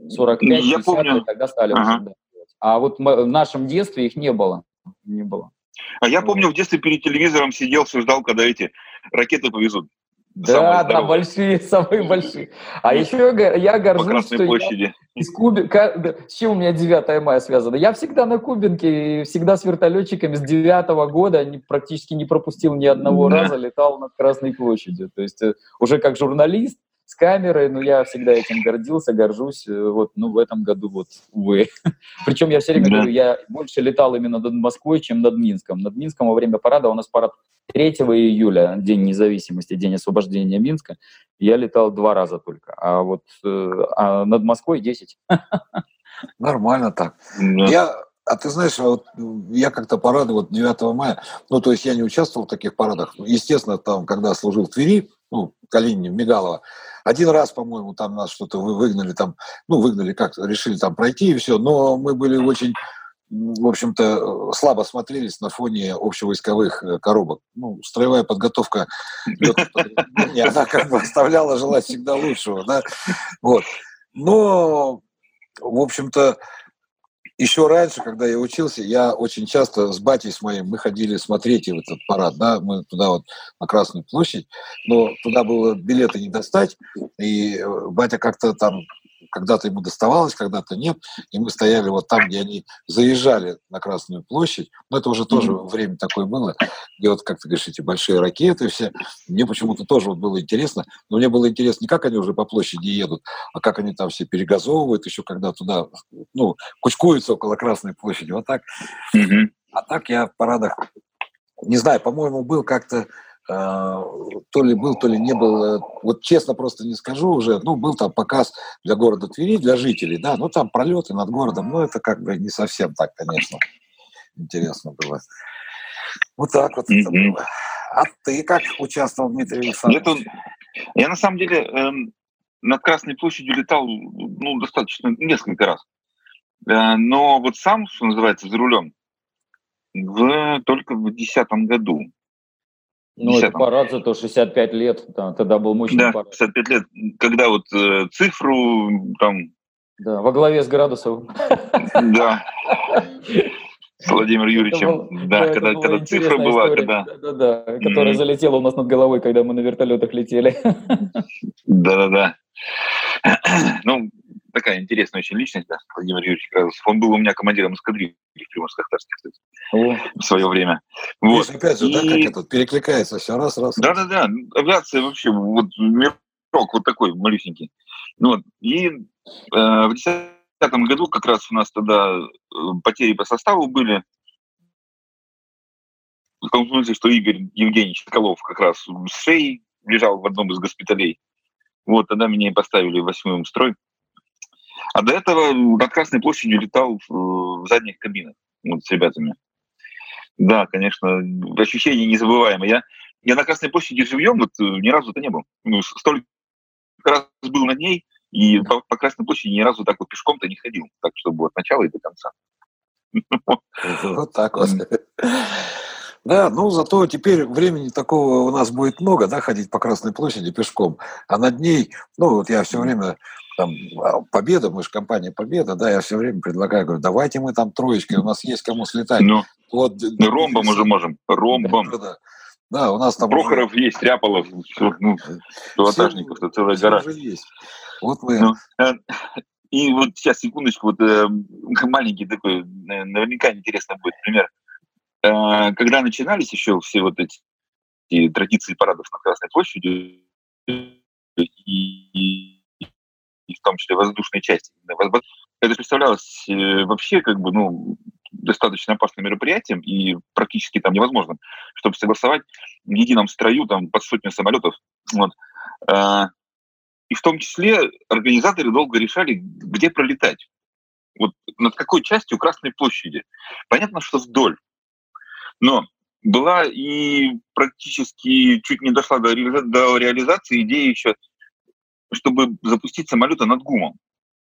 45-50, тогда стали уже делать. А вот в нашем детстве их не было. А я помню, в детстве перед телевизором сидел, все ждал, когда эти ракеты повезут. Да, большие, самые большие. А еще я горжусь, что площади. Я из Кубинки... С чем у меня 9 мая связано? Я всегда на Кубинке, всегда с вертолетчиками с 9-го года практически не пропустил ни одного раза, летал над Красной площадью. То есть уже как журналист с камерой, но я всегда этим гордился, горжусь. Вот, в этом году вот, увы. Причем я все время говорю, я больше летал именно над Москвой, чем над Минском. Над Минском во время парада, у нас парад 3 июля, День независимости, День освобождения Минска, я летал 2 раза только, а вот над Москвой 10. Нормально так. А ты знаешь, вот я как-то парады 9 мая, то есть я не участвовал в таких парадах. Естественно, там, когда служил в Твери, Калинине, Мигалово, один раз, по-моему, там нас что-то выгнали, выгнали как-то, решили там пройти и все, но мы были очень, в общем-то, слабо смотрелись на фоне общевойсковых коробок. Строевая подготовка, она как бы оставляла желать всегда лучшего, да, вот. Но, в общем-то, еще раньше, когда я учился, я очень часто с батей с моим, мы ходили смотреть этот парад, да, мы туда на Красную площадь, но туда было билеты не достать, и батя как-то там, когда-то ему доставалось, когда-то нет, и мы стояли там, где они заезжали на Красную площадь, но это уже тоже время такое было, где как ты говоришь, эти большие ракеты все, мне почему-то тоже было интересно, но мне было интересно не как они уже по площади едут, а как они там все перегазовывают, еще когда туда, кучкуются около Красной площади, вот так. А так я в парадах, не знаю, по-моему, был как-то, то ли был, то ли не был, вот честно просто не скажу уже, был там показ для города Твери, для жителей, да, там пролеты над городом, но это как бы не совсем так, конечно, интересно было. Вот так вот это было. А ты как участвовал, Дмитрий Александрович? Я на самом деле над Красной площадью летал, достаточно, несколько раз, но вот сам, что называется, за рулем, только в 2010 году. Это парад зато 65 лет, тогда был мощный парад. 65 лет, когда цифру там... Да, во главе с Градусовым. Да, с Владимиром Юрьевичем. Когда цифра была, которая залетела у нас над головой, когда мы на вертолетах летели. Да. Такая интересная очень личность, да, Владимир Юрьевич Градусов. Он был у меня командиром эскадрильи в Приморско-Ахтарске, кстати, в свое время. Вот. Опять же, как перекликается все, раз. Да. Авиация вообще, мирок такой малюсенький. И в 2010 году как раз у нас тогда потери по составу были. В том смысле, что Игорь Евгеньевич Соколов как раз с шеей лежал в одном из госпиталей. Тогда меня и поставили в 8-й строй. А до этого над Красной площадью летал в задних кабинах с ребятами. Да, конечно, ощущение незабываемое. Я на Красной площади живьем ни разу-то не был. Столько раз был над ней, и по Красной площади ни разу так пешком-то не ходил. Так, чтобы от начала и до конца. Вот так вот. Да, зато теперь времени такого у нас будет много, да, ходить по Красной площади пешком. А над ней, я все время... Победа, мы же компания Победа, да, я все время предлагаю, говорю, давайте мы там троечкой, у нас есть кому слетать. Ромбом уже можем, ромбом. Да, у нас там... Прохоров уже... есть, Ряполов, Ватажников, это целая гора. Уже есть. Вот мы... И сейчас, секундочку, маленький такой, наверняка интересно будет пример. Когда начинались еще все эти традиции парадов на Красной площади, и в том числе воздушной части. Это представлялось вообще достаточно опасным мероприятием и практически там невозможным, чтобы согласовать в едином строю под 100 самолетов. И в том числе организаторы долго решали, где пролетать. Над какой частью Красной площади. Понятно, что вдоль. Но была и практически чуть не дошла до реализации идея еще, чтобы запустить самолеты над ГУМом.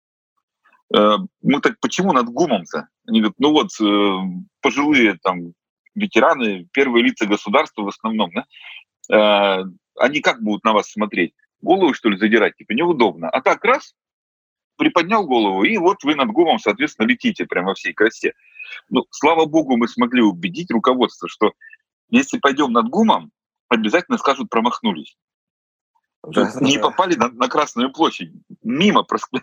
Мы так, почему над ГУМом-то? Они говорят, пожилые ветераны, первые лица государства в основном, да? Они как будут на вас смотреть? Голову, что ли, задирать? Неудобно. А так раз, приподнял голову, и вы над ГУМом, соответственно, летите прямо во всей красе. Ну, слава богу, мы смогли убедить руководство, что если пойдем над ГУМом, обязательно скажут, промахнулись. Не попали на Красную площадь. Мимо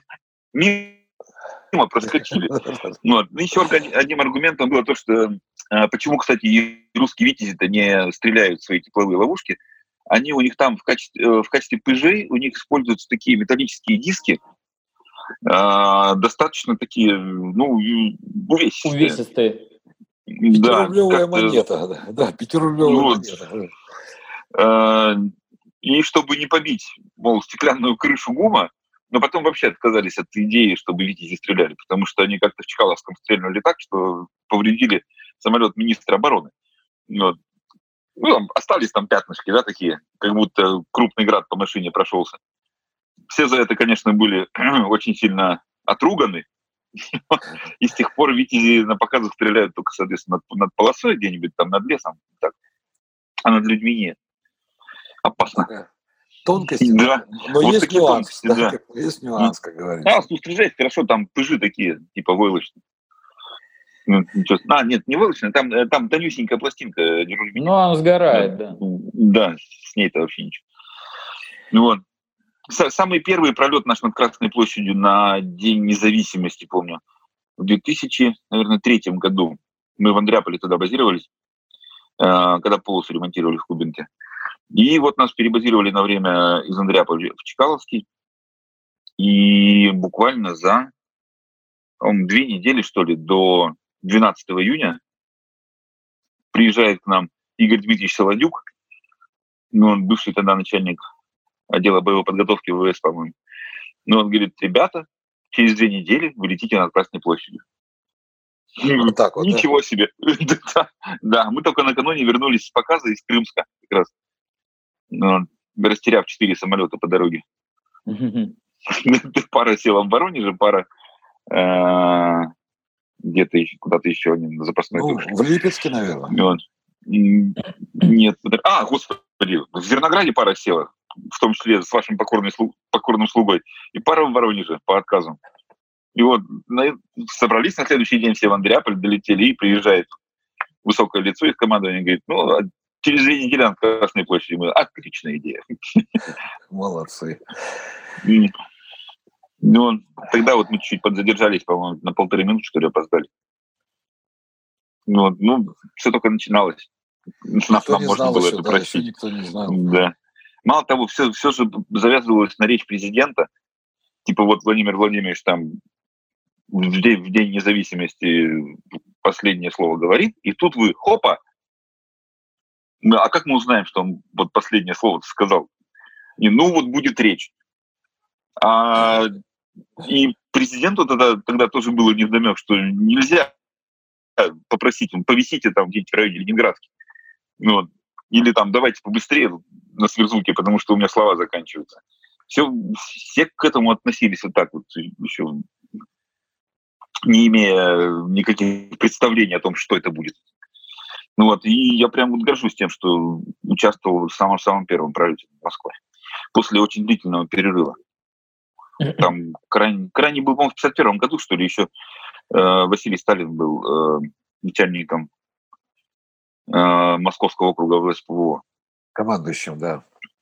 проскочили. Вот. Еще одним аргументом было то, что почему, кстати, русские витязи-то не стреляют в свои тепловые ловушки. Они у них там в качестве пыжей у них используются такие металлические диски, достаточно такие, ну, увесистые. Пятирублевая монета, да, пятирублевая монета. И чтобы не побить, мол, стеклянную крышу ГУМа, но потом вообще отказались от идеи, чтобы витязи стреляли, потому что они как-то в Чкаловском стрельнули так, что повредили самолет министра обороны. Вот. Ну, там остались там пятнышки, да, такие, как будто крупный град по машине прошелся. Все за это, конечно, были очень сильно отруганы. И с тех пор витязи на показах стреляют только, соответственно, над полосой где-нибудь там, над лесом. Так. А над людьми нет. Опасно. Тонкости, да. Но вот есть нюанс, тонкости, да. Есть нюанс, как говорится. Ну, стрелять хорошо, там пыжи такие, типа войлочные. Нет, не войлочные, там тонюсенькая пластинка. Ну, она сгорает, да. Да, с ней-то вообще ничего. Вот. Самый первый пролет наш над Красной площадью на День независимости, помню, в 2003 году. Мы в Андреаполе тогда базировались, когда полосу ремонтировали в Кубинке. И вот нас перебазировали на время из Андреаполя в Чкаловский. И буквально за 2 недели, что ли, до 12 июня приезжает к нам Игорь Дмитриевич Солодюк, ну, он бывший тогда начальник отдела боевой подготовки ВВС, по-моему. Но он говорит: ребята, через 2 недели вы летите над Красной площадью. Вот так вот, ничего себе. Да, мы только накануне вернулись с показа из Крымска, как раз, растеряв 4 самолета по дороге. Пара села в Воронеже, пара где-то еще, куда-то еще они на запасной душе. В Липецке, наверное. Нет. Господи, в Зернограде пара села, в том числе с вашим покорным слугой, и пара в Воронеже по отказам. И вот собрались на следующий день все в Андреаполь, долетели, и приезжает высокое лицо из командования, говорит: ну, через 2 недели на Красной площади. Мы: отличная идея. Молодцы. Ну, тогда вот мы чуть-чуть подзадержались, по-моему, на 1,5 минуты, что ли, опоздали. Ну, все только начиналось. Никто не знал было еще, да, еще никто не знал. Да. Мало того, все же завязывалось на речь президента. Типа вот Владимир Владимирович там в день независимости последнее слово говорит, и тут вы, хопа, а как мы узнаем, что он вот последнее слово сказал? И вот будет речь. И президенту тогда тоже было невдомек, что нельзя попросить, повисите там где-нибудь в районе Ленинградки. Или там давайте побыстрее на сверхзвуке, потому что у меня слова заканчиваются. Все к этому относились вот так вот, еще не имея никаких представлений о том, что это будет. И я прям горжусь тем, что участвовал в самом первом пролете в Москве. После очень длительного перерыва. Там крайний был, по-моему, в 1951 году, что ли, еще Василий Сталин был начальником Московского округа ВСПВО. Командующим, да.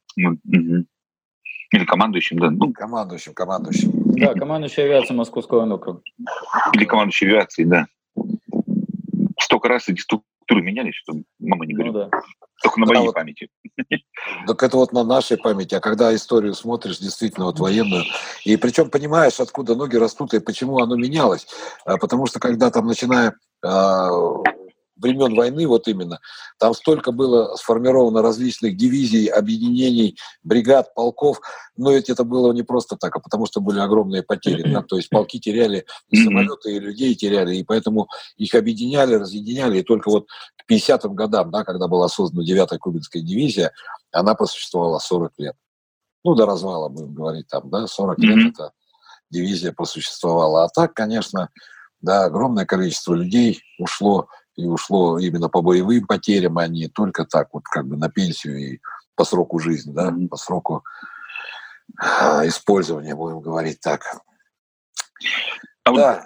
Или командующим, да. Командующим. Да, командующий авиацией Московского округа. Или командующий авиацией, да. Столько раз эти структуры менялись, что мама не говорит. Да. Только на моей памяти. Так это вот на нашей памяти. А когда историю смотришь, действительно, вот военную, и причем понимаешь, откуда ноги растут и почему оно менялось. Потому что когда там, начиная времен войны, вот именно, там столько было сформировано различных дивизий, объединений, бригад, полков, но ведь это было не просто так, а потому что были огромные потери. Да? То есть полки теряли и самолеты, и людей теряли, и поэтому их объединяли, разъединяли, и только вот к 50-м годам, да, когда была создана 9-я Кубинская дивизия, она просуществовала 40 лет. До развала, будем говорить, там, да, 40 лет эта дивизия просуществовала. А так, конечно, да, огромное количество людей ушло именно по боевым потерям, а не только так, вот как бы на пенсию и по сроку жизни, да, по сроку использования, будем говорить так.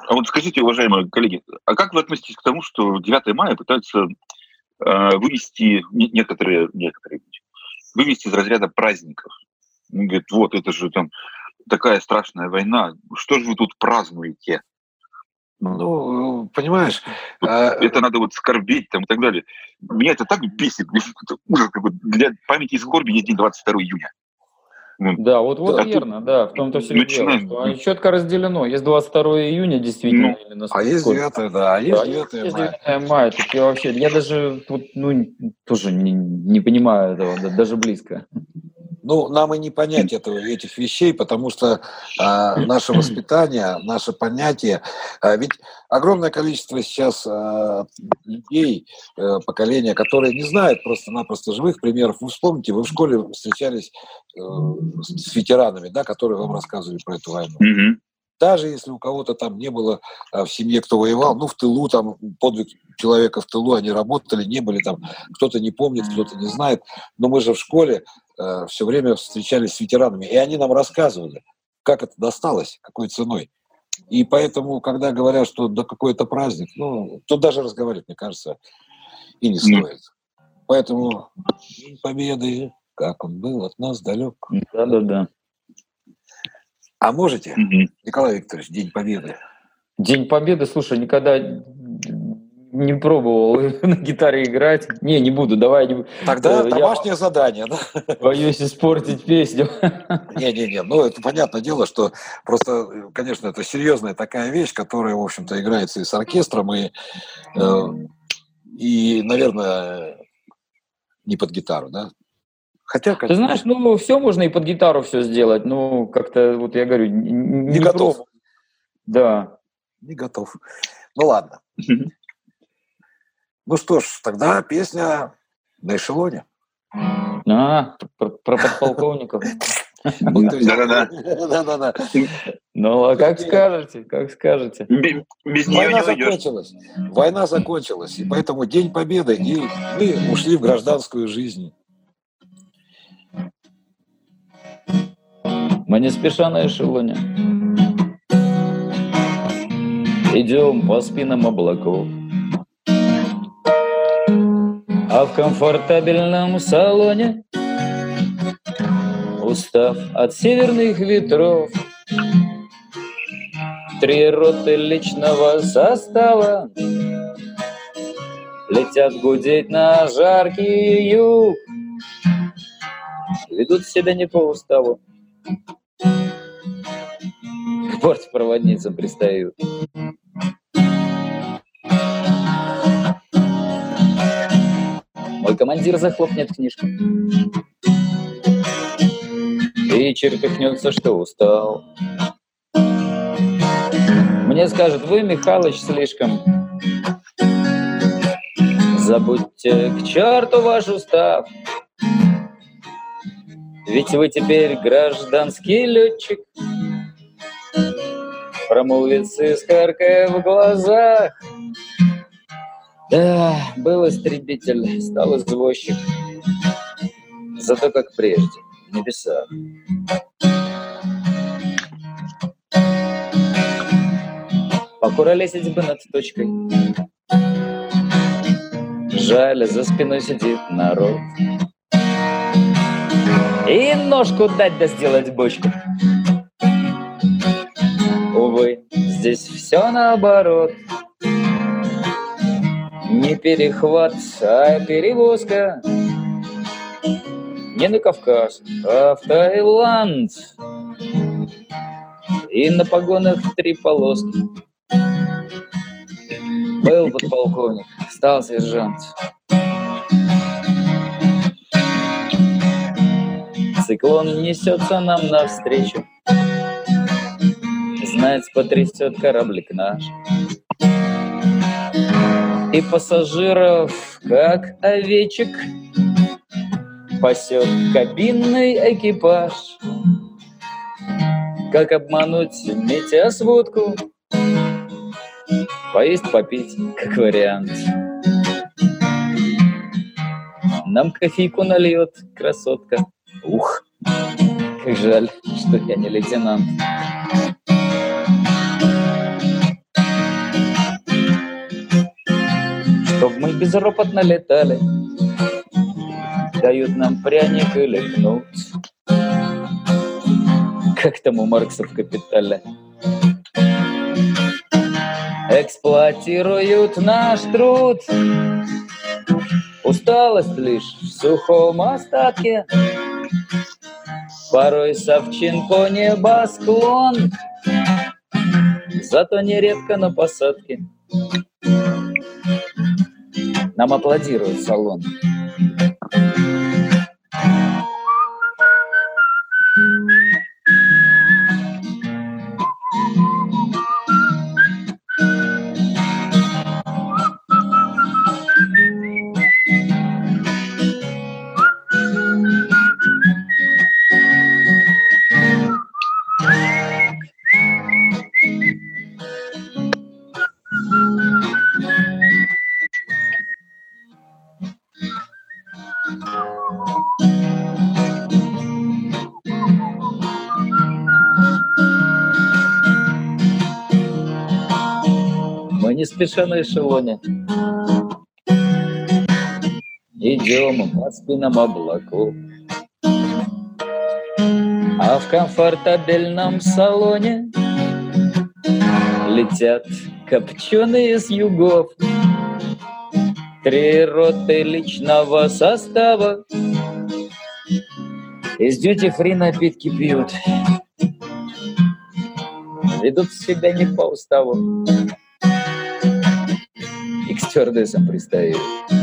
А вот скажите, уважаемые коллеги, а как вы относитесь к тому, что 9 мая пытаются вывести некоторые вывести из разряда праздников? Он говорит, вот это же там такая страшная война, что же вы тут празднуете? Ну, понимаешь... Это надо вот скорбеть там и так далее. Меня это так бесит. Это ужас какой. Для памяти и скорби есть день 22 июня. Да, вот верно, да, в том-то все дело, что четко разделено. Есть 22 июня, действительно. А есть 9, да, а есть 9 мая. 9 мая, так я даже тут, тоже не понимаю этого, даже близко. Ну, нам и не понять этих вещей, потому что наше воспитание, наше понятие... ведь огромное количество сейчас людей, поколения, которые не знают просто-напросто живых примеров. Вы вспомните, вы в школе встречались с ветеранами, да, которые вам рассказывали про эту войну. Mm-hmm. Даже если у кого-то там не было в семье, кто воевал, в тылу, там, подвиг человека в тылу, они работали, не были там, кто-то не помнит, кто-то не знает, но мы же в школе все время встречались с ветеранами, и они нам рассказывали, как это досталось, какой ценой. И поэтому, когда говорят, что да какой-то праздник, тут даже разговаривать, мне кажется, и не стоит. Поэтому День Победы, как он был от нас далек. Да. А можете, Николай Викторович, День Победы? День Победы, слушай, никогда не пробовал на гитаре играть. Не буду, давай. Тогда домашнее задание, да? Боюсь испортить песню. Не, это понятное дело, что просто, конечно, это серьезная такая вещь, которая, в общем-то, играется и с оркестром, и, наверное, не под гитару, да? Хотя, ты знаешь, все можно и под гитару все сделать, как-то, вот я говорю, не готов. Пробовал. Да. Не готов. Ну, ладно. Ну что ж, тогда песня на эшелоне. Про подполковников. Да. А как скажете? Без нее не уйдешь. Война закончилась, и поэтому День Победы, и мы ушли в гражданскую жизнь. Мы не спеша на эшелоне идем по спинам облаков, а в комфортабельном салоне, устав от северных ветров, 3 роты личного состава летят гудеть на жаркий юг, ведут себя не по уставу, к бортпроводницам пристают. Мой командир захлопнет книжку и чертыхнется, что устал. Мне скажет: вы, Михалыч, слишком. Забудьте к черту ваш устав, ведь вы теперь гражданский летчик. Промолвит с искоркой в глазах. Да, был истребитель, стал извозчик, зато как прежде, в небесах. Покуролесить бы над точкой. Жаль, за спиной сидит народ. И ножку дать да сделать бочку. Увы, здесь все наоборот. Не перехват, а перевозка. Не на Кавказ, а в Таиланд. И на погонах 3 полоски. Был подполковник, стал сержант. Циклон несется нам навстречу. Знает, потрясет кораблик наш. И пассажиров, как овечек, пасет кабинный экипаж. Как обмануть метеосводку? Поесть, попить, как вариант. Нам кофейку нальет красотка. Ух, как жаль, что я не лейтенант. чтоб мы безропотно летали, дают нам пряник или кнут. Как там у Маркса в «Капитале»? Эксплуатируют наш труд, усталость лишь в сухом остатке, порой Савченко небосклон, зато нередко на посадке нам аплодирует салон. Мы не спеша на эшелоне идем по спинам облаков, а в комфортабельном салоне летят копченые с югов. 3 роты личного состава из дьюти-фри напитки пьют, ведут себя не по уставу и к стюардессам пристают.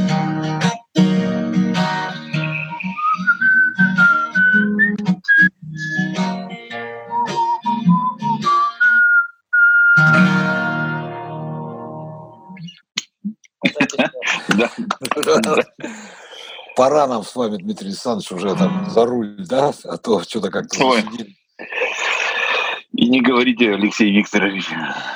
Пора нам с вами, Дмитрий Александрович, уже там за руль, да? А то что-то как-то засидели. И не говорите, Алексей Викторович.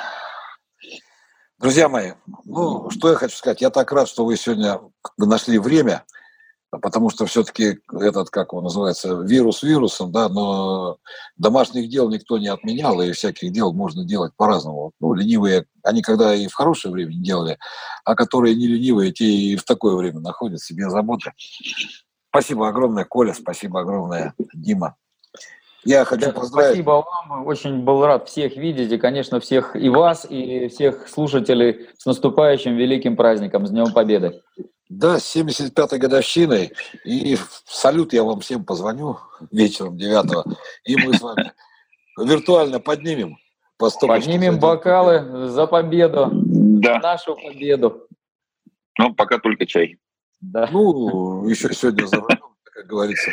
Друзья мои, ну, что я хочу сказать. Я так рад, что вы сегодня нашли время, потому что все-таки этот, как он называется, вирус вирусом, да, но домашних дел никто не отменял, и всяких дел можно делать по-разному. Ну, ленивые, они когда и в хорошее время не делали, а которые не ленивые, те и в такое время находят себе заботы. Спасибо огромное, Коля, спасибо огромное, Дима. Я хочу поздравить. Спасибо вам, очень был рад всех видеть, и, конечно, всех и вас, и всех слушателей с наступающим великим праздником, с Днем Победы. Да, с 75-й годовщиной, и салют я вам всем позвоню вечером 9-го, и мы с вами виртуально поднимем. Поднимем бокалы за победу, да. Нашу победу. Ну, пока только чай. Да. Ну, еще сегодня за рулем, как говорится.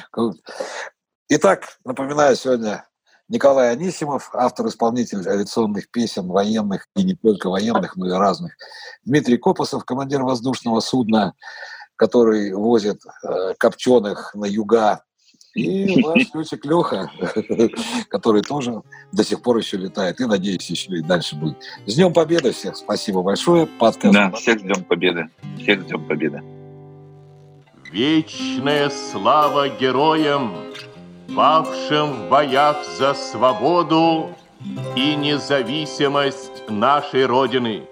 Итак, напоминаю, сегодня Николай Анисимов, автор-исполнитель авиационных песен, военных, и не только военных, но и разных. Дмитрий Копосов, командир воздушного судна, который возит копченых на юга. И ваш летчик Леха, который тоже до сих пор еще летает. И, надеюсь, еще и дальше будет. С Днем Победы всех. Спасибо большое. Подкаст. Да, всех с Днем Победы. Всех с Днем Победы. Вечная слава героям, павшим в боях за свободу и независимость нашей Родины.